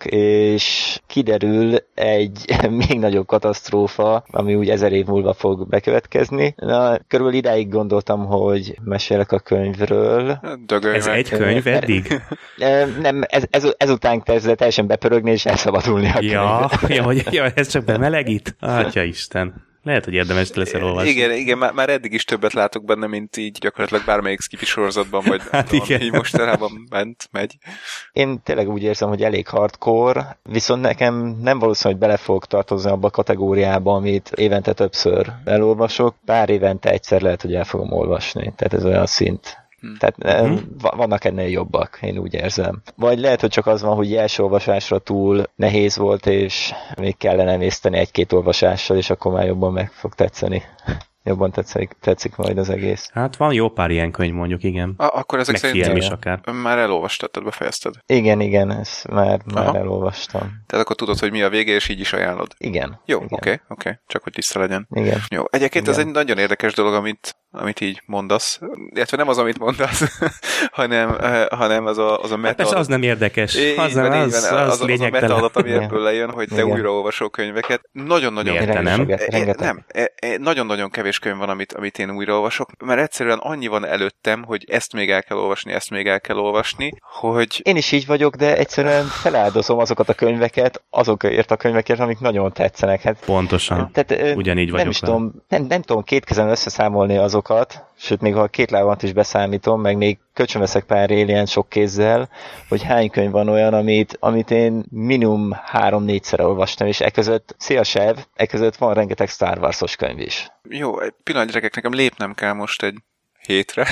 és kiderül egy még nagyobb katasztrófa, ami úgy ezer év múlva fog bekövetkezni. Na, körülbelül idáig gondoltam, hogy mesélek a könyvről. Dögölj ez meg. egy könyv eddig? Nem, ez, ez, ezután kezdve teljesen bepörögni, és elszabadulni a ja, ja, hogy, ja, ez csak bemelegít? Atya Isten. Lehet, hogy érdemes lesz elolvasni. Igen, igen már, már eddig is többet látok benne, mint így gyakorlatilag bármelyik skifi sorozatban, vagy hát igen. így mostanában ment, megy. Én tényleg úgy érzem, hogy elég hardcore, viszont nekem nem valószínű, hogy bele fogok tartozni abba a kategóriába, amit évente többször elolvasok. Pár évente egyszer lehet, hogy el fogom olvasni. Tehát ez olyan szint. Hmm. Tehát hmm. vannak ennél jobbak, én úgy érzem. Vagy lehet, hogy csak az van, hogy első olvasásra túl nehéz volt, és még kellene emészteni egy-két olvasással, és akkor már jobban meg fog tetszeni. Jobban tetszik, tetszik majd az egész. Hát van jó pár ilyen könyv mondjuk, igen. A, akkor ezek meg film is akár. Már elolvastad, tehát befejezted? Igen, igen, ezt már, már elolvastam. Tehát akkor tudod, hogy mi a vége, és így is ajánlod? Igen. Jó, oké, oké. Okay, okay. Csak hogy tiszta legyen. Igen. Jó, egyébként igen. ez egy nagyon érdekes dolog, amit amit így mondasz, illetve nem az, amit mondasz, hanem, hanem az a, az a meta... Hát persze az nem érdekes. É, az, van, az, az, az, az, az a meta adat, ami ebből lejön, hogy te igen. újra olvasol könyveket. Nagyon-nagyon... Érte, nem? Nem. Nagyon-nagyon kevés könyv van, amit, amit én újra olvasok, mert egyszerűen annyi van előttem, hogy ezt még el kell olvasni, ezt még el kell olvasni, hogy... Én is így vagyok, de egyszerűen feláldozom azokat a könyveket, azokért a könyvekért, amik nagyon tetszenek. Hát, pontosan. Tehát, ugyanígy vagyok. Nem is tudom, nem, nem tudom két kezen összeszámolni azokat, sőt, még ha a két lábamat is beszámítom, meg még kölcsönveszek pár Alien sok kézzel, hogy hány könyv van olyan, amit, amit én minimum három-négyszer olvastam, és eközött, szia Sev, eközött van rengeteg Star Wars-os könyv is. Jó, egy pillanat, gyerekek, nekem lépnem kell most egy hétre.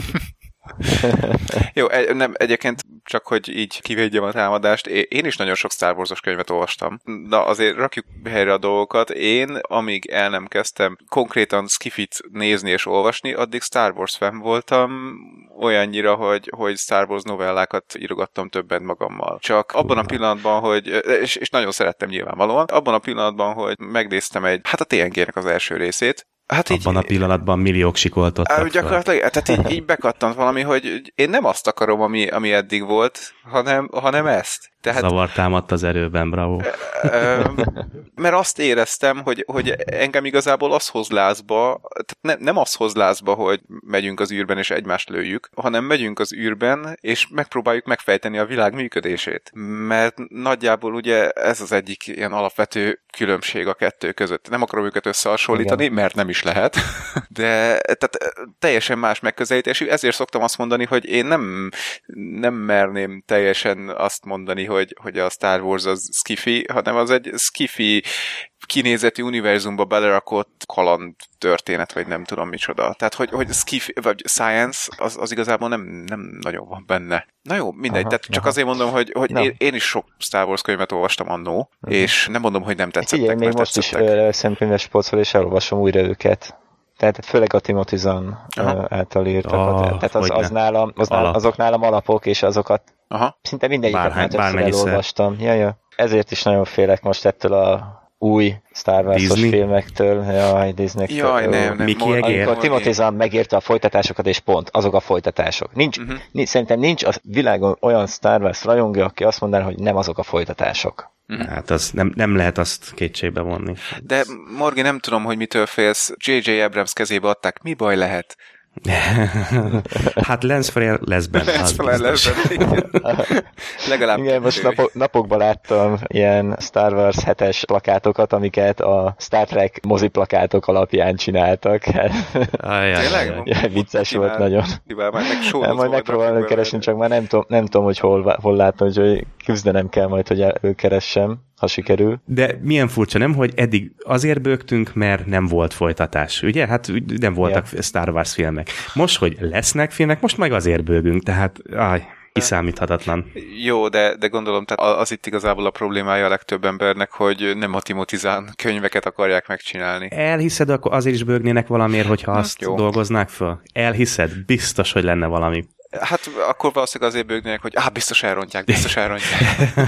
Jó, nem, egyébként csak, hogy így kivédjem a támadást, én is nagyon sok Star Wars-os könyvet olvastam. Na, azért rakjuk helyre a dolgokat. Én, amíg el nem kezdtem konkrétan skifit nézni és olvasni, addig Star Wars fan voltam, olyannyira, hogy, hogy Star Wars novellákat írogattam többen magammal. Csak abban a pillanatban, hogy, és, és nagyon szerettem nyilvánvalóan, abban a pillanatban, hogy megnéztem egy, hát a té en gé-nek az első részét, hát abban így, a pillanatban milliók sikoltottak. Gyakorlatilag, tehát így, így bekattant valami, hogy én nem azt akarom, ami, ami eddig volt, hanem, hanem ezt. Tehát, zavar támadt az erőben, bravo. Mert azt éreztem, hogy, hogy engem igazából az hoz lázba, tehát ne, nem az hoz lázba, hogy megyünk az űrben és egymást lőjük, hanem megyünk az űrben, és megpróbáljuk megfejteni a világ működését. Mert nagyjából ugye ez az egyik ilyen alapvető különbség a kettő között. Nem akarom őket összehasonlítani, igen, mert nem is lehet, de tehát teljesen más megközelítés. Ezért szoktam azt mondani, hogy én nem, nem merném teljesen azt mondani, hogy, hogy a Star Wars az skifi, hanem az egy skifi kinézeti univerzumba belerakott kaland történet, vagy nem tudom micsoda. Tehát, hogy, hogy skifi, vagy science, az, az igazából nem, nem nagyon van benne. Na jó, mindegy. Aha, Tehát csak aha. azért mondom, hogy, hogy én, én is sok Star Wars könyvet olvastam annó, uh-huh. és nem mondom, hogy nem tetszettek. Igen, még most tetszettek. Is szemkönyves polcról, és elolvasom újra őket. Tehát főleg a Timothy Zahn által írtakat. Oh, tehát az, az nálam, az nálam, azok nálam alapok, és azokat aha. szinte mindegyiket már többször elolvastam. Ja, ja. Ezért is nagyon félek most ettől a új Star Wars-os filmektől. Jaj, Disney-től. Jaj, nem, nem. Miki egér. Amikor Timothy Zahn megírta a folytatásokat, és pont, azok a folytatások. Nincs, uh-huh. nincs, szerintem nincs a világon olyan Star Wars rajongó, aki azt mondaná, hogy nem azok a folytatások. Hát az nem, nem lehet azt kétségbe vonni. De Morgi, nem tudom, hogy mitől félsz. jé jé Abrams kezébe adták. Mi baj lehet? Hát Lance Frail lesz benne. Lance Frail lesz benne, legalább. Igen, most napok, napokban láttam ilyen Star Wars hetes plakátokat, amiket a Star Trek moziplakátok alapján csináltak. Tényleg? Ja, vicces volt kíván, nagyon. Kíván, majd meg hát, majd megpróbálom keresni, csak már nem tudom, nem tudom hogy hol, hol látom, hogy küzdenem kell majd, hogy előkeressem, ha sikerül. De milyen furcsa, nem, hogy eddig azért bőgtünk, mert nem volt folytatás, ugye? Hát nem voltak ja. Star Wars filmek. Most, hogy lesznek filmek, most meg azért bőgünk, tehát áj, kiszámíthatatlan. Jó, de, de gondolom, tehát az itt igazából a problémája a legtöbb embernek, hogy nem a Timothy Zahn könyveket akarják megcsinálni. Elhiszed, akkor azért is bőgnének valamiért, hogyha azt jó. dolgoznák föl? Elhiszed? Biztos, hogy lenne valami. Hát akkor valószínűleg azért bőgnének, hogy ah, biztos elrontják, biztos elrontják.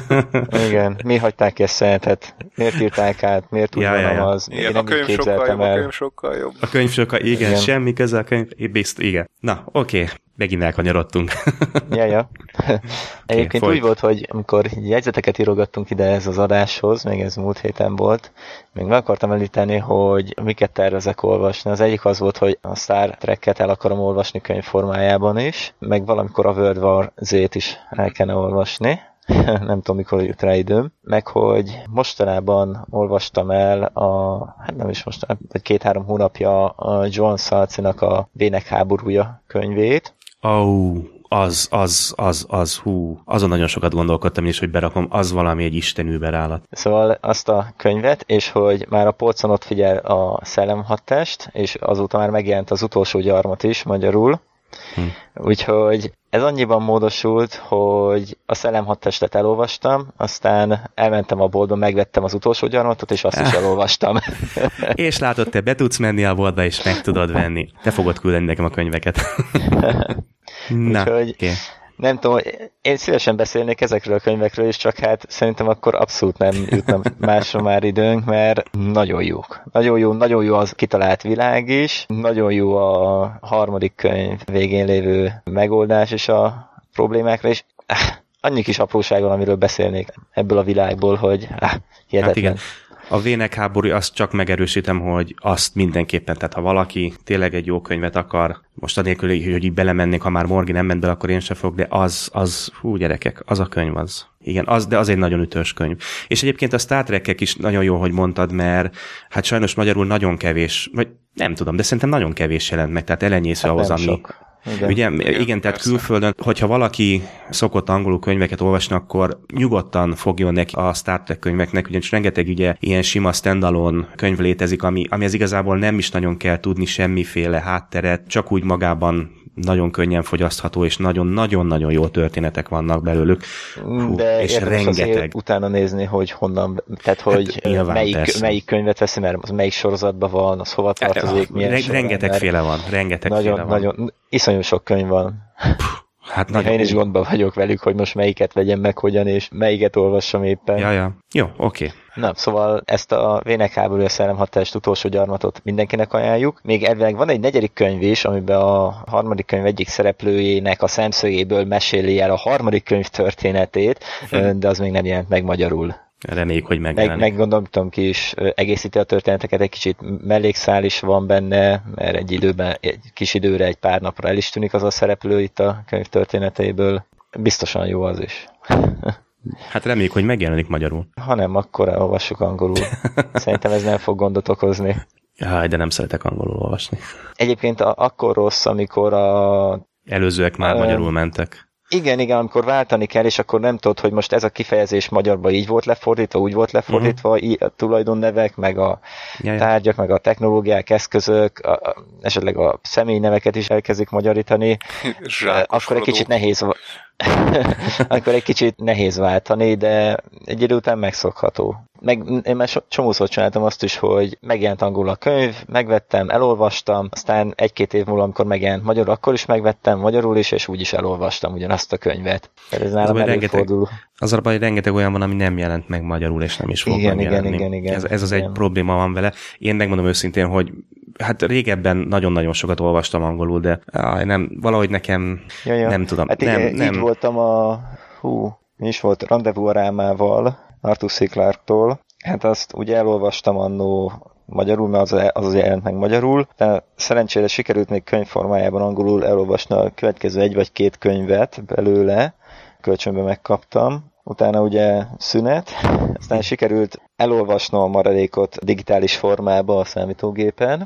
Igen, mi hagyták ezt szenetet? Miért írták át? Miért úgy ja, van ja, ja. az? Igen, a könyv sokkal jobb, el. a könyv sokkal jobb. A könyv sokkal, igen, igen. semmi köze a könyv, bizt, igen. Na, oké, okay. megint elkanyarodtunk. ja, ja. Egyébként okay, úgy volt, hogy amikor jegyzeteket írogattunk ide ez az adáshoz, még ez múlt héten volt, még meg akartam említeni, hogy miket tervezek olvasni. Az egyik az volt, hogy a Star Trek-et el akarom olvasni könyv formájában is, meg valamikor a World War Z-t is el kellene olvasni. Nem tudom, mikor jut rá időm. Meg, hogy mostanában olvastam el a, hát nem is most, vagy két-három hónapja a John Salcinak a Vének háborúja könyvét. Oh, az, az, az, az, hú, azon nagyon sokat gondolkodtam is, hogy berakom, az valami egy istenűber állat. Szóval azt a könyvet, és hogy már a polcon ott figyel a Szellemhadtest, és azóta már megjelent az utolsó gyarmat is magyarul. Hm. Úgyhogy ez annyiban módosult, hogy a Szellemhadtestet elolvastam, aztán elmentem a boltba, megvettem az utolsó gyarmatot, és azt is elolvastam. És látod, te be tudsz menni a boltba, és meg tudod venni. Te fogod küldeni nekem a könyveket. Na, úgyhogy okay. Nem tudom, én szívesen beszélnék ezekről a könyvekről is, csak hát szerintem akkor abszolút nem jutna másra már időnk, mert nagyon jók. Nagyon jó, nagyon jó az kitalált világ is, nagyon jó a harmadik könyv végén lévő megoldás is a problémákra, és ah, annyi kis apróság van, amiről beszélnék ebből a világból, hogy ah, hihetetlen. Hát igen. A Vének háború, azt csak megerősítem, hogy azt mindenképpen, tehát ha valaki tényleg egy jó könyvet akar, most anélkül, hogy így belemennék, ha már Morgi nem ment bele, akkor én sem fog, de az, az, hú gyerekek, az a könyv az. Igen, az, de az egy nagyon ütős könyv. És egyébként a Star Trek-ek is nagyon jó, hogy mondtad, mert hát sajnos magyarul nagyon kevés, vagy nem tudom, de szerintem nagyon kevés jelent meg, tehát elenyésző hát ahhoz, ami... Sok. Igen. Ugye, igen, igen, tehát külföldön, hogyha valaki szokott angolul könyveket olvasni, akkor nyugodtan fogjon neki a Star Trek könyveknek, ugyanis rengeteg ugye ilyen sima standalone könyv létezik, ami, ami az igazából nem is nagyon kell tudni semmiféle hátteret, csak úgy magában nagyon könnyen fogyasztható, és nagyon-nagyon-nagyon jó történetek vannak belőlük. Hú, de és rengeteg. Utána nézni, hogy honnan, tehát hogy hát, melyik, melyik könyvet veszi, mert az melyik sorozatban van, az hova tartozik, milyen Re- Rengeteg féle van, rengeteg nagyon, féle van. Nagyon, iszonyú sok könyv van. Hát nagyon... Én is gondban vagyok velük, hogy most melyiket vegyem meg, hogyan, és melyiket olvassam éppen. Ja, ja. Jó, oké. Okay. Na, szóval ezt a Vének háborúja szellemhatást utolsó gyarmatot mindenkinek ajánljuk. Még elvileg van egy negyedik könyv is, amiben a harmadik könyv egyik szereplőjének a szemszögéből meséli el a harmadik könyv történetét, hm. de az még nem jelent meg magyarul. Reméljük, hogy megjelenik. Meg, meg gondolom, ki is egészíti a történeteket, egy kicsit mellékszál is van benne, mert egy időben, egy kis időre, egy pár napra el is tűnik az a szereplő itt a könyv történetéből. Biztosan jó az is. Hát reméljük, hogy megjelenik magyarul. Ha nem, akkor elolvassuk angolul. Szerintem ez nem fog gondot okozni. Jaj, de nem szeretek angolul olvasni. Egyébként a, akkor rossz, amikor a... Előzőek már a, magyarul mentek. Igen, igen, amikor váltani kell, és akkor nem tudod, hogy most ez a kifejezés magyarban így volt lefordítva, úgy volt lefordítva, uh-huh. a tulajdonnevek, meg a Jaj. tárgyak, meg a technológiák, eszközök, a, a, esetleg a személyneveket is elkezdik magyarítani. Akkor egy kicsit nehéz akkor egy kicsit nehéz váltani, de egy idő után megszokható. Meg én már csomószor csináltam azt is, hogy megjelent angolul a könyv, megvettem, elolvastam, aztán egy-két év múlva, amikor megjelent magyarul, akkor is megvettem magyarul is, és úgy is elolvastam ugyanazt a könyvet. Ez nálam előfordul. Az a baj, hogy rengeteg olyan van, ami nem jelent meg magyarul, és nem is fog igen, megjelenni. Igen, igen, igen. Ez, ez az igen. egy probléma van vele. Én megmondom őszintén, hogy hát régebben nagyon-nagyon sokat olvastam angolul, de áj, nem, valahogy nekem ja, ja. nem tudom. Hát nem, így, nem. így voltam a, hú, mi is volt, Rendezvú a Rámával, Arthur C. Clarke-tól. Hát azt ugye elolvastam annó magyarul, mert az, az jelent meg magyarul, de szerencsére sikerült még könyvformájában angolul elolvasni a következő egy vagy két könyvet belőle, kölcsönbe megkaptam. Utána ugye szünet, aztán sikerült elolvasnom a maradékot digitális formába a számítógépen,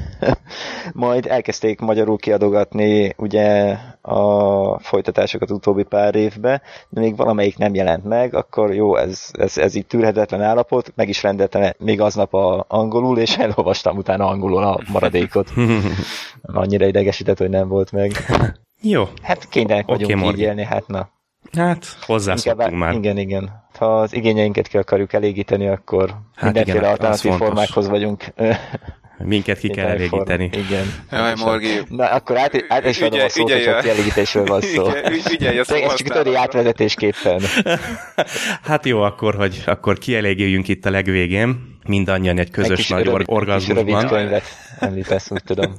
majd elkezdték magyarul kiadogatni ugye a folytatásokat utóbbi pár évben, de még valamelyik nem jelent meg, akkor jó, ez, ez, ez így tűrhetetlen állapot, meg is rendeltem még aznap a angolul, és elolvastam utána angolul a maradékot. Annyira idegesített, hogy nem volt meg. Jó. Hát kénytelenek vagyunk okay, így élni, hát na. Hát, hozzászoktunk már. Igen, igen. Ha az igényeinket ki akarjuk elégíteni, akkor hát mindenféle igen, alternatív formákhoz vagyunk. Minket ki kell elégíteni. Igen. Jaj, Morgi. Na, akkor át, át is adom a szót, hogy csak kielégítésről van szó. Ügyelj a Ez csak tudni átvezetésképpen. Hát jó, akkor, hogy akkor kielégüljünk itt a legvégén. Mindannyian egy közös egy nagy rövid, orgazmusban. Egy kis rövid könyvet említesz, úgy tudom.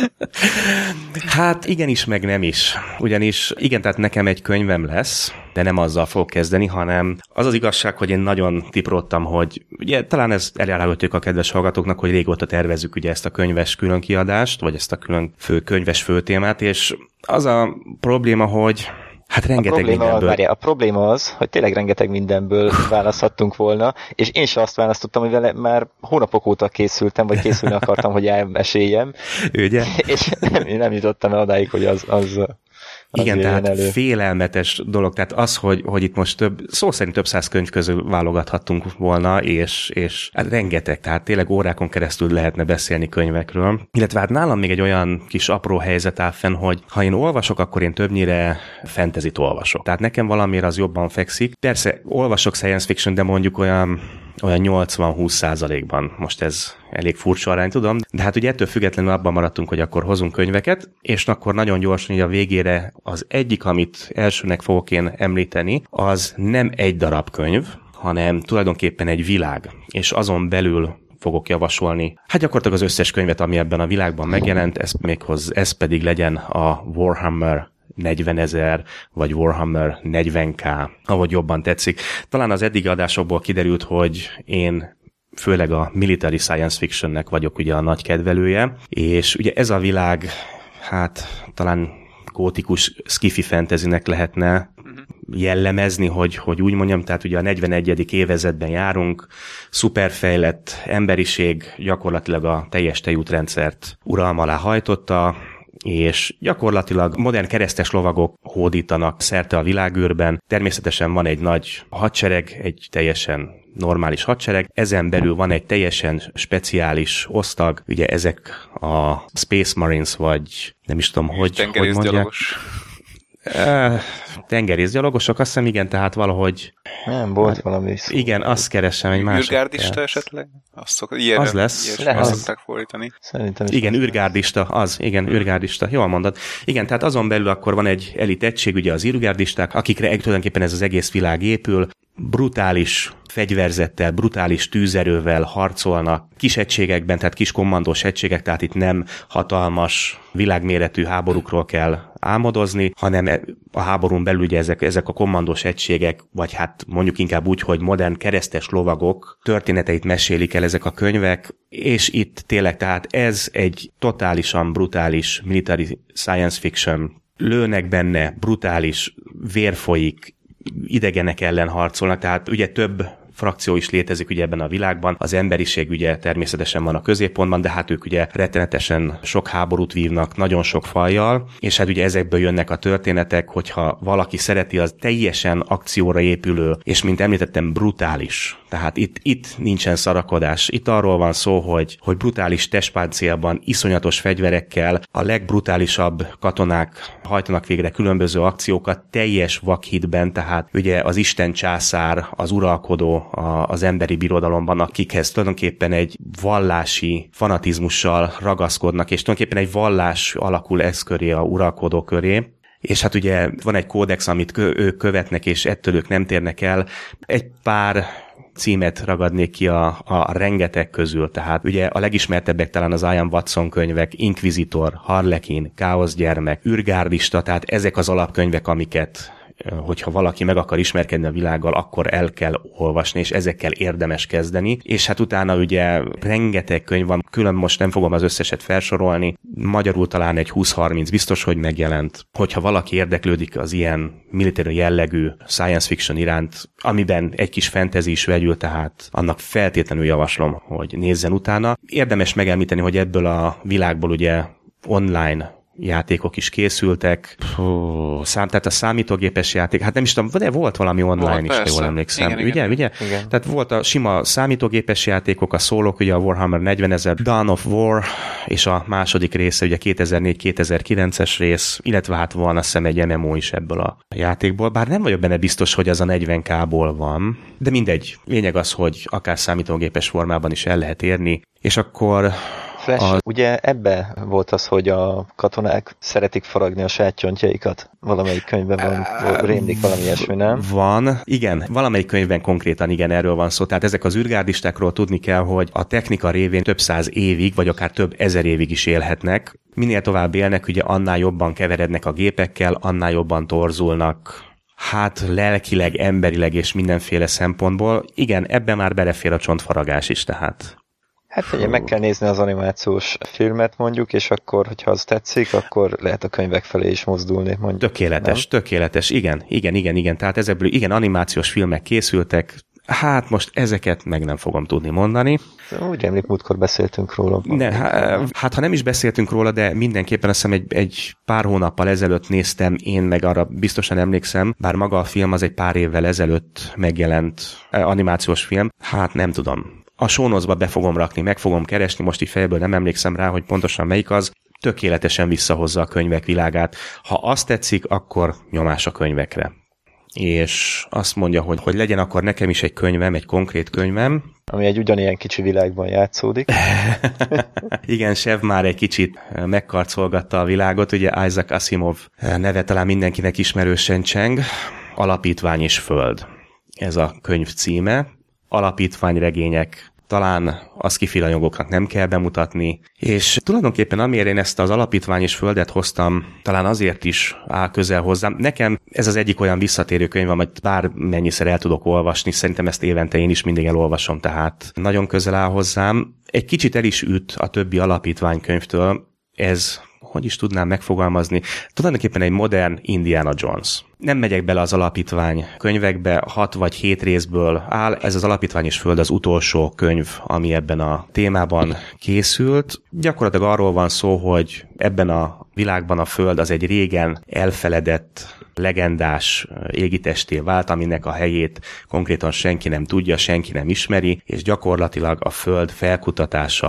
Hát igenis, meg nem is. Ugyanis igen, tehát nekem egy könyvem lesz, de nem azzal fog kezdeni, hanem az az igazság, hogy én nagyon tipródtam, hogy ugye talán ez elárulhatjuk a kedves hallgatóknak, hogy régóta tervezzük ugye ezt a könyves különkiadást, vagy ezt a külön fő könyves főtémát, és az a probléma, hogy hát rengeteg a probléma, mindenből. Várja, a probléma az, hogy tényleg rengeteg mindenből választhattunk volna, és én sem azt választottam, hogy vele már hónapok óta készültem, vagy készülni akartam, hogy elmeséljem. Ugye? És nem, nem jutottam el odáig, hogy az... az igen, tehát elő. Félelmetes dolog, tehát az, hogy, hogy itt most több, szó szerint több száz könyv közül válogathattunk volna, és, és hát rengeteg, tehát tényleg órákon keresztül lehetne beszélni könyvekről. Illetve hát nálam még egy olyan kis apró helyzet áll fenn, hogy ha én olvasok, akkor én többnyire fantasyt olvasok. Tehát nekem valamiért az jobban fekszik. Persze olvasok science fiction, de mondjuk olyan olyan nyolcvan-húsz százalékban. Most ez elég furcsa arány, tudom, de hát ugye ettől függetlenül abban maradtunk, hogy akkor hozunk könyveket, és akkor nagyon gyorsan, hogy a végére az egyik, amit elsőnek fogok én említeni, az nem egy darab könyv, hanem tulajdonképpen egy világ, és azon belül fogok javasolni. Hát gyakorlatilag az összes könyvet, ami ebben a világban megjelent, ez, méghoz, ez pedig legyen a Warhammer negyvenezer, vagy Warhammer negyven ká, ahogy jobban tetszik. Talán az eddigi adásokból kiderült, hogy én főleg a military science fictionnek vagyok ugye a nagy kedvelője, és ugye ez a világ, hát talán gótikus sci-fi fantasynek lehetne jellemezni, hogy, hogy úgy mondjam, tehát ugye a negyvenegyedik évezredben járunk, szuperfejlett emberiség gyakorlatilag a teljes tejútrendszert uralma alá hajtotta, és gyakorlatilag modern keresztes lovagok hódítanak szerte a világűrben. Természetesen van egy nagy hadsereg, egy teljesen normális hadsereg, ezen belül van egy teljesen speciális osztag, ugye ezek a Space Marines, vagy nem is tudom, hogy, hogy mondják. Tengerészgyalogosok, azt hiszem igen, tehát valahogy... Nem, volt valami szó. Igen, azt keresem egy másik. Űrgárdista esetleg? Azt szok, ilyen, az lesz. Ilyen, azt szokták fordítani. Szerintem is. Igen, űrgárdista, az, igen, űrgárdista. Jól mondod. Igen, tehát azon belül akkor van egy elit egység, ugye az űrgárdisták, akikre tulajdonképpen ez az egész világ épül, brutális fegyverzettel, brutális tűzerővel harcolnak, kis egységekben, tehát kis kommandós egységek, tehát itt nem hatalmas, világméretű háborúkról kell álmodozni, hanem a háborún belül ugye ezek, ezek a kommandós egységek, vagy hát mondjuk inkább úgy, hogy modern keresztes lovagok történeteit mesélik el ezek a könyvek, és itt tényleg, tehát ez egy totálisan brutális military science fiction. Lőnek benne, brutális, vér folyik, idegenek ellen harcolnak, tehát ugye több frakció is létezik ugye ebben a világban. Az emberiség ugye természetesen van a középpontban, de hát ők ugye rettenetesen sok háborút vívnak, nagyon sok fajjal, és hát ugye ezekből jönnek a történetek, hogyha valaki szereti az teljesen akcióra épülő, és mint említettem, brutális. Tehát itt, itt nincsen szarakodás. Itt arról van szó, hogy, hogy brutális testpáncélban, iszonyatos fegyverekkel a legbrutálisabb katonák hajtanak végre különböző akciókat teljes vakhitben, tehát ugye az Isten császár, az uralkodó a, az emberi birodalomban, akikhez tulajdonképpen egy vallási fanatizmussal ragaszkodnak, és tulajdonképpen egy vallás alakul ez köré, a uralkodó köré. És hát ugye van egy kódex, amit kö, ők követnek, és ettől ők nem térnek el. Egy pár címet ragadnék ki a, a rengeteg közül, tehát ugye a legismertebbek talán az Ian Watson könyvek, Inquisitor, Harlekin, Káosz gyermek, űrgárdista, tehát ezek az alapkönyvek, amiket hogyha valaki meg akar ismerkedni a világgal, akkor el kell olvasni, és ezekkel érdemes kezdeni. És hát utána ugye rengeteg könyv van, külön most nem fogom az összeset felsorolni, magyarul talán egy húsz-harminc biztos, hogy megjelent. Hogyha valaki érdeklődik az ilyen military jellegű science fiction iránt, amiben egy kis fantasy is vegyül, tehát annak feltétlenül javaslom, hogy nézzen utána. Érdemes megemlíteni, hogy ebből a világból ugye online játékok is készültek. Hú, szám, tehát a számítógépes játék, hát nem is tudom, de volt valami online volt, is, persze. Jól emlékszem. Igen, ugye, igen. ugye? Igen. Tehát volt a sima számítógépes játékok, a szólók, ugye a Warhammer negyvenezer, Dawn of War, és a második része, ugye kétezer-négy kétezer-kilences rész, illetve hát van azt hiszem egy em em o is ebből a játékból, bár nem vagyok benne biztos, hogy az a negyven ká-ból van, de mindegy. Lényeg az, hogy akár számítógépes formában is el lehet érni, és akkor Flash, a... ugye ebbe volt az, hogy a katonák szeretik faragni a sáttyontjaikat? Valamelyik könyvben van, rémlik valami ilyesmi, nem? Van, igen, valamelyik könyvben konkrétan igen, erről van szó. Tehát ezek az űrgárdistákról tudni kell, hogy a technika révén több száz évig, vagy akár több ezer évig is élhetnek. Minél tovább élnek, ugye annál jobban keverednek a gépekkel, annál jobban torzulnak. Hát lelkileg, emberileg és mindenféle szempontból. Igen, ebben már belefér a csontfaragás is, tehát... Hát ugye meg kell nézni az animációs filmet mondjuk, és akkor, hogyha az tetszik, akkor lehet a könyvek felé is mozdulni. Mondjuk, tökéletes, nem? tökéletes, igen, igen, igen, igen. Tehát ezekből igen, animációs filmek készültek, hát most ezeket meg nem fogom tudni mondani. Úgy emlék, múltkor beszéltünk róla. Ne, hát ha nem is beszéltünk róla, de mindenképpen azt hiszem egy, egy pár hónappal ezelőtt néztem, én meg arra biztosan emlékszem, bár maga a film az egy pár évvel ezelőtt megjelent animációs film, hát nem tudom. A show notes-ba be fogom rakni, meg fogom keresni, most így fejből nem emlékszem rá, hogy pontosan melyik az, tökéletesen visszahozza a könyvek világát. Ha azt tetszik, akkor nyomás a könyvekre. És azt mondja, hogy, hogy legyen akkor nekem is egy könyvem, egy konkrét könyvem. Ami egy ugyanilyen kicsi világban játszódik. Igen, Sev már egy kicsit megkarcolgatta a világot, ugye Isaac Asimov neve talán mindenkinek ismerősen cseng. Alapítvány és föld. Ez a könyv címe. Alapítványregények, talán a sci-fi rajongóknak nem kell bemutatni, és tulajdonképpen amiért én ezt az alapítvány és földet hoztam, talán azért is áll közel hozzám. Nekem ez az egyik olyan visszatérő könyv, amit bármennyiszer el tudok olvasni, szerintem ezt évente én is mindig elolvasom, tehát nagyon közel áll hozzám. Egy kicsit el is üt a többi alapítványkönyvtől, ez... hogy is tudnám megfogalmazni, tulajdonképpen egy modern Indiana Jones. Nem megyek bele az alapítvány könyvekbe, hat vagy hét részből áll, ez az Alapítvány és Föld az utolsó könyv, ami ebben a témában készült. Gyakorlatilag arról van szó, hogy ebben a világban a Föld az egy régen elfeledett, legendás égitesté vált, aminek a helyét konkrétan senki nem tudja, senki nem ismeri, és gyakorlatilag a Föld felkutatása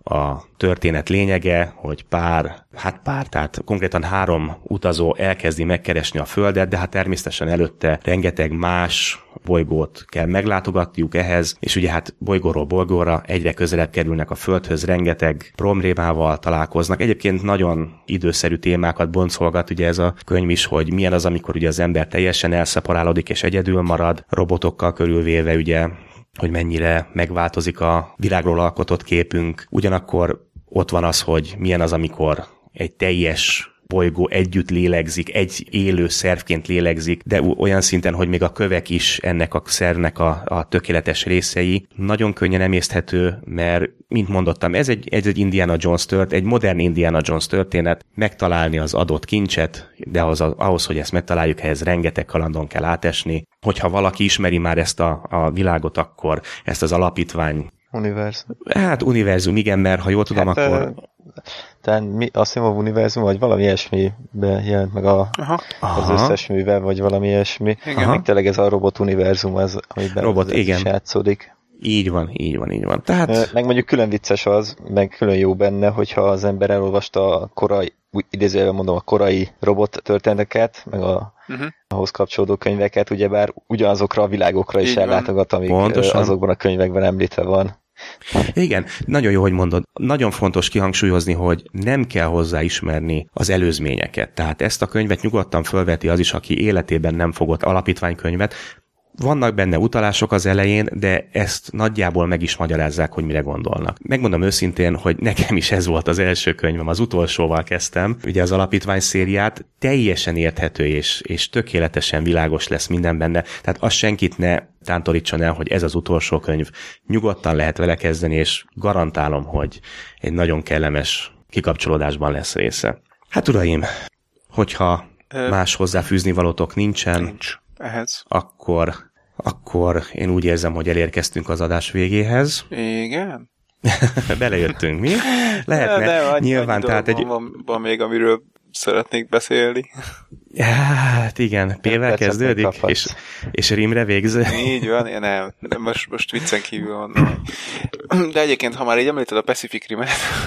a történet lényege, hogy pár, hát pár, tehát konkrétan három utazó elkezdi megkeresni a Földet, de hát természetesen előtte rengeteg más bolygót kell meglátogatniuk ehhez, és ugye hát bolygóról bolygóra egyre közelebb kerülnek a Földhöz, rengeteg problémával találkoznak. Egyébként nagyon időszerű témákat boncolgat ugye ez a könyv is, hogy milyen az, amikor ugye az ember teljesen elszeparálódik és egyedül marad, robotokkal körülvéve ugye, hogy mennyire megváltozik a világról alkotott képünk. Ugyanakkor ott van az, hogy milyen az, amikor egy teljes bolygó együtt lélegzik, egy élő szervként lélegzik, de olyan szinten, hogy még a kövek is ennek a szervnek a, a tökéletes részei. Nagyon könnyen emészthető, mert, mint mondottam, ez egy, ez egy Indiana Jones tört, egy modern Indiana Jones történet, megtalálni az adott kincset, de ahhoz, ahhoz hogy ezt megtaláljuk, ehhez rengeteg kalandon kell átesni. Hogyha valaki ismeri már ezt a, a világot, akkor ezt az alapítvány Univerzum. Hát univerzum, igen, mert ha jól tudom, hát, akkor... Tehát mi, azt hiszem a univerzum, vagy valami ilyesmiben jelent meg a, az összes műve, vagy valami ilyesmi. Igen. Meg tényleg ez a robot univerzum, az, amiben robot, ez igen. is játszódik. Így van, így van, így van. Tehát... Meg mondjuk külön vicces az, meg külön jó benne, hogyha az ember elolvasta a korai, idézőjelben mondom, a korai robot történeteket, meg a uh-huh. ahhoz kapcsolódó könyveket, ugyebár ugyanazokra a világokra is ellátogat, amik pontosan azokban a könyvekben említve van. Igen, nagyon jó, hogy mondod. Nagyon fontos kihangsúlyozni, hogy nem kell hozzá ismerni az előzményeket. Tehát ezt a könyvet nyugodtan fölveti az is, aki életében nem fogott alapítványkönyvet. Vannak benne utalások az elején, de ezt nagyjából meg is magyarázzák, hogy mire gondolnak. Megmondom őszintén, hogy nekem is ez volt az első könyvem, az utolsóval kezdtem, ugye az alapítvány szériát, teljesen érthető és, és tökéletesen világos lesz minden benne, tehát az senkit ne tántorítson el, hogy ez az utolsó könyv. Nyugodtan lehet vele kezdeni, és garantálom, hogy egy nagyon kellemes kikapcsolódásban lesz része. Hát uraim, hogyha Ö... más hozzáfűzni valótok nincsen, nincs. Ehhez. Akkor, akkor én úgy érzem, hogy elérkeztünk az adás végéhez. Igen? Belejöttünk, mi? Lehetne. De, de, nyilván, tehát egy... Van, van még, amiről szeretnék beszélni. Hát igen, P-vel kezdődik, és, és rímre végző. Így van, én nem. Most, most viccen kívül mondom. De egyébként, ha már így említed a Pacific Rimet.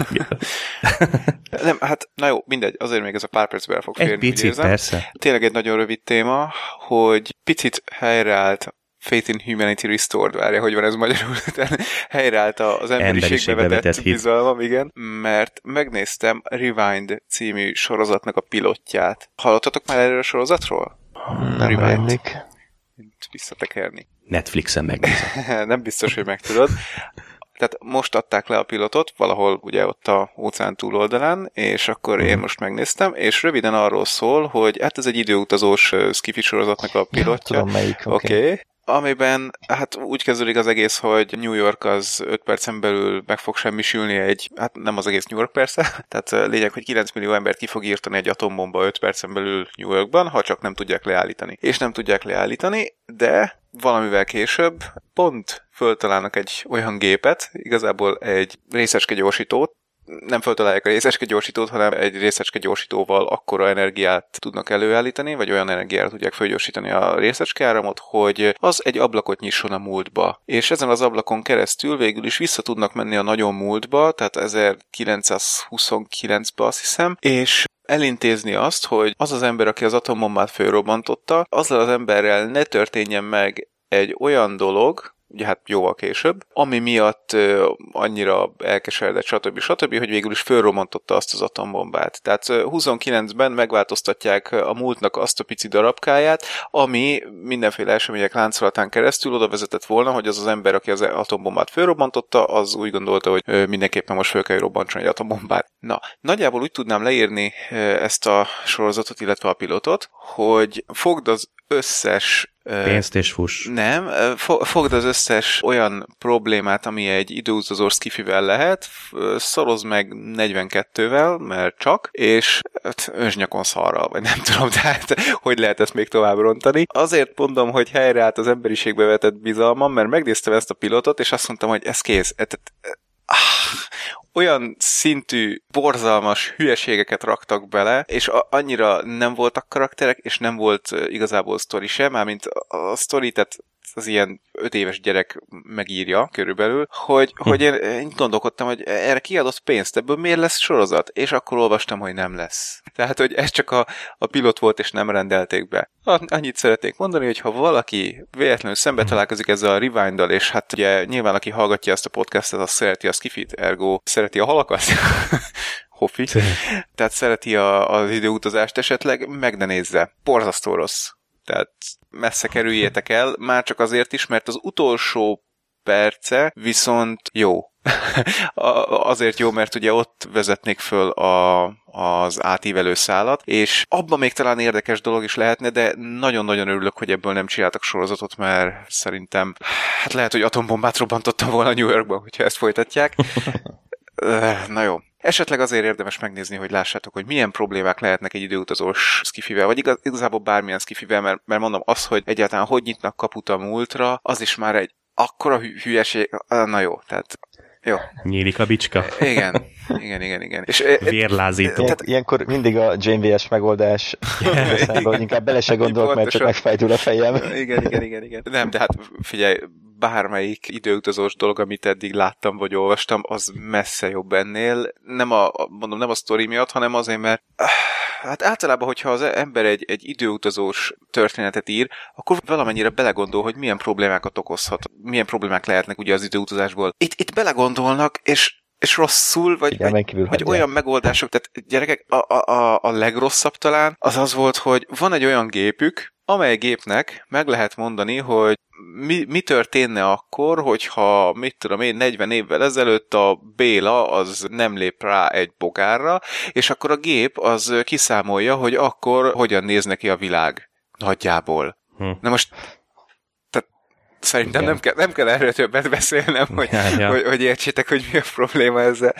Nem, hát, na jó, mindegy, azért még ez a pár percben el fog férni. Egy picit, persze. Tényleg egy nagyon rövid téma, hogy picit helyreállt Faith in Humanity Restored, várja, hogy van ez magyarul, helyreállt az emberiségbe vetett, vetett bizalmam, igen, mert megnéztem Rewind című sorozatnak a pilotját. Hallottatok már erről a sorozatról? Nem emlék. Visszatekerni. Netflixen megnézem. Nem biztos, hogy megtudod. Tehát most adták le a pilotot, valahol ugye ott a óceán túloldalán, és akkor én most megnéztem, és röviden arról szól, hogy hát ez egy időutazós sci-fi sorozatnak a pilotja. Ja, tudom melyik, oké. Okay. Okay. Amiben hát úgy kezdődik az egész, hogy New York az öt percen belül meg fog semmisülni egy, hát nem az egész New York persze, tehát lényeg, hogy kilenc millió embert ki fog írtani egy atombomba öt percen belül New Yorkban, ha csak nem tudják leállítani. És nem tudják leállítani, de valamivel később pont föltalálnak egy olyan gépet, igazából egy részecske gyorsítót, nem föltalálják a részecske gyorsítót, hanem egy részecske gyorsítóval akkora energiát tudnak előállítani, vagy olyan energiát tudják fölgyorsítani a részecske áramot, hogy az egy ablakot nyisson a múltba. És ezen az ablakon keresztül végül is vissza tudnak menni a nagyon múltba, tehát ezerkilencszázhuszonkilencbe azt hiszem, és elintézni azt, hogy az az ember, aki az atombombát fölrobbantotta, azzal az emberrel ne történjen meg egy olyan dolog, ugye hát jóval később, ami miatt uh, annyira elkeseredett, stb. stb., hogy végül is fölrobbantotta azt az atombombát. Tehát uh, huszonkilencben megváltoztatják a múltnak azt a pici darabkáját, ami mindenféle események láncolatán keresztül oda vezetett volna, hogy az az ember, aki az atombombát fölrobbantotta, az úgy gondolta, hogy uh, mindenképpen most föl kell robbantson egy atombomát. Na, nagyjából úgy tudnám leírni uh, ezt a sorozatot, illetve a pilotot, hogy fogd az összes pénzt és fuss. Nem, fogd az összes olyan problémát, ami egy időutazós skifivel lehet, szorozd meg negyvenkettővel, mert csak, és önzsnyakon szarral, vagy nem tudom, tehát hogy lehet ezt még tovább rontani. Azért mondom, hogy helyreállt az emberiségbe vetett bizalmam, mert megnéztem ezt a pilotot, és azt mondtam, hogy ez kész. Ah, olyan szintű, borzalmas hülyeségeket raktak bele, és a- annyira nem voltak karakterek, és nem volt uh, igazából sztori sem, mármint a, a sztori, tehát az ilyen öt éves gyerek megírja körülbelül, hogy, hm. hogy én, én gondolkodtam, hogy erre kiadott pénzt, ebből miért lesz sorozat? És akkor olvastam, hogy nem lesz. Tehát, hogy ez csak a, a pilot volt, és nem rendelték be. Annyit szeretnék mondani, hogy ha valaki véletlenül szembe találkozik ezzel a Rewind-dal, és hát ugye nyilván aki hallgatja ezt a podcastet, az szereti a skifit, ergo szereti a halakat, Hoffi, tehát szereti a, az időutazást esetleg, meg ne nézze. Borzasztó rossz. Tehát messze kerüljétek el, már csak azért is, mert az utolsó perce viszont jó. Azért jó, mert ugye ott vezetnék föl a, az átívelő szálat, és abban még talán érdekes dolog is lehetne, de nagyon-nagyon örülök, hogy ebből nem csináltak sorozatot, mert szerintem hát lehet, hogy atombombát robbantottam volna New Yorkban, hogyha ezt folytatják. Na jó. Esetleg azért érdemes megnézni, hogy lássátok, hogy milyen problémák lehetnek egy időutazós skifivel, vagy igaz, igazából bármilyen skifivel, mert, mert mondom, az, hogy egyáltalán hogy nyitnak kaput a múltra, az is már egy akkora hü- hülyeség. Na jó, tehát jó. Nyílik a bicska. Igen, igen, igen, igen. És, vérlázító. Tehát ilyenkor mindig a Jane vé es megoldás, hogy inkább bele se gondolok, mert csak megfájdul a fejem. Igen, igen, igen, igen. Nem, de hát figyelj, bármelyik időutazós dolog, amit eddig láttam, vagy olvastam, az messze jobb ennél. Nem a, mondom, nem a sztori miatt, hanem azért, mert hát általában, hogyha az ember egy, egy időutazós történetet ír, akkor valamennyire belegondol, hogy milyen problémákat okozhat, milyen problémák lehetnek ugye az időutazásból. Itt, itt belegondolnak, és és rosszul, vagy, vagy, vagy olyan megoldások, tehát gyerekek, a, a, a legrosszabb talán az az volt, hogy van egy olyan gépük, amely gépnek meg lehet mondani, hogy mi, mi történne akkor, hogyha, mit tudom én, negyven évvel ezelőtt a Béla az nem lép rá egy bogárra, és akkor a gép az kiszámolja, hogy akkor hogyan néz neki a világ nagyjából. Hm. Na most szerintem nem kell, nem kell erről többet beszélnem, hogy, ja, ja. Hogy, hogy értsétek, hogy mi a probléma ezzel.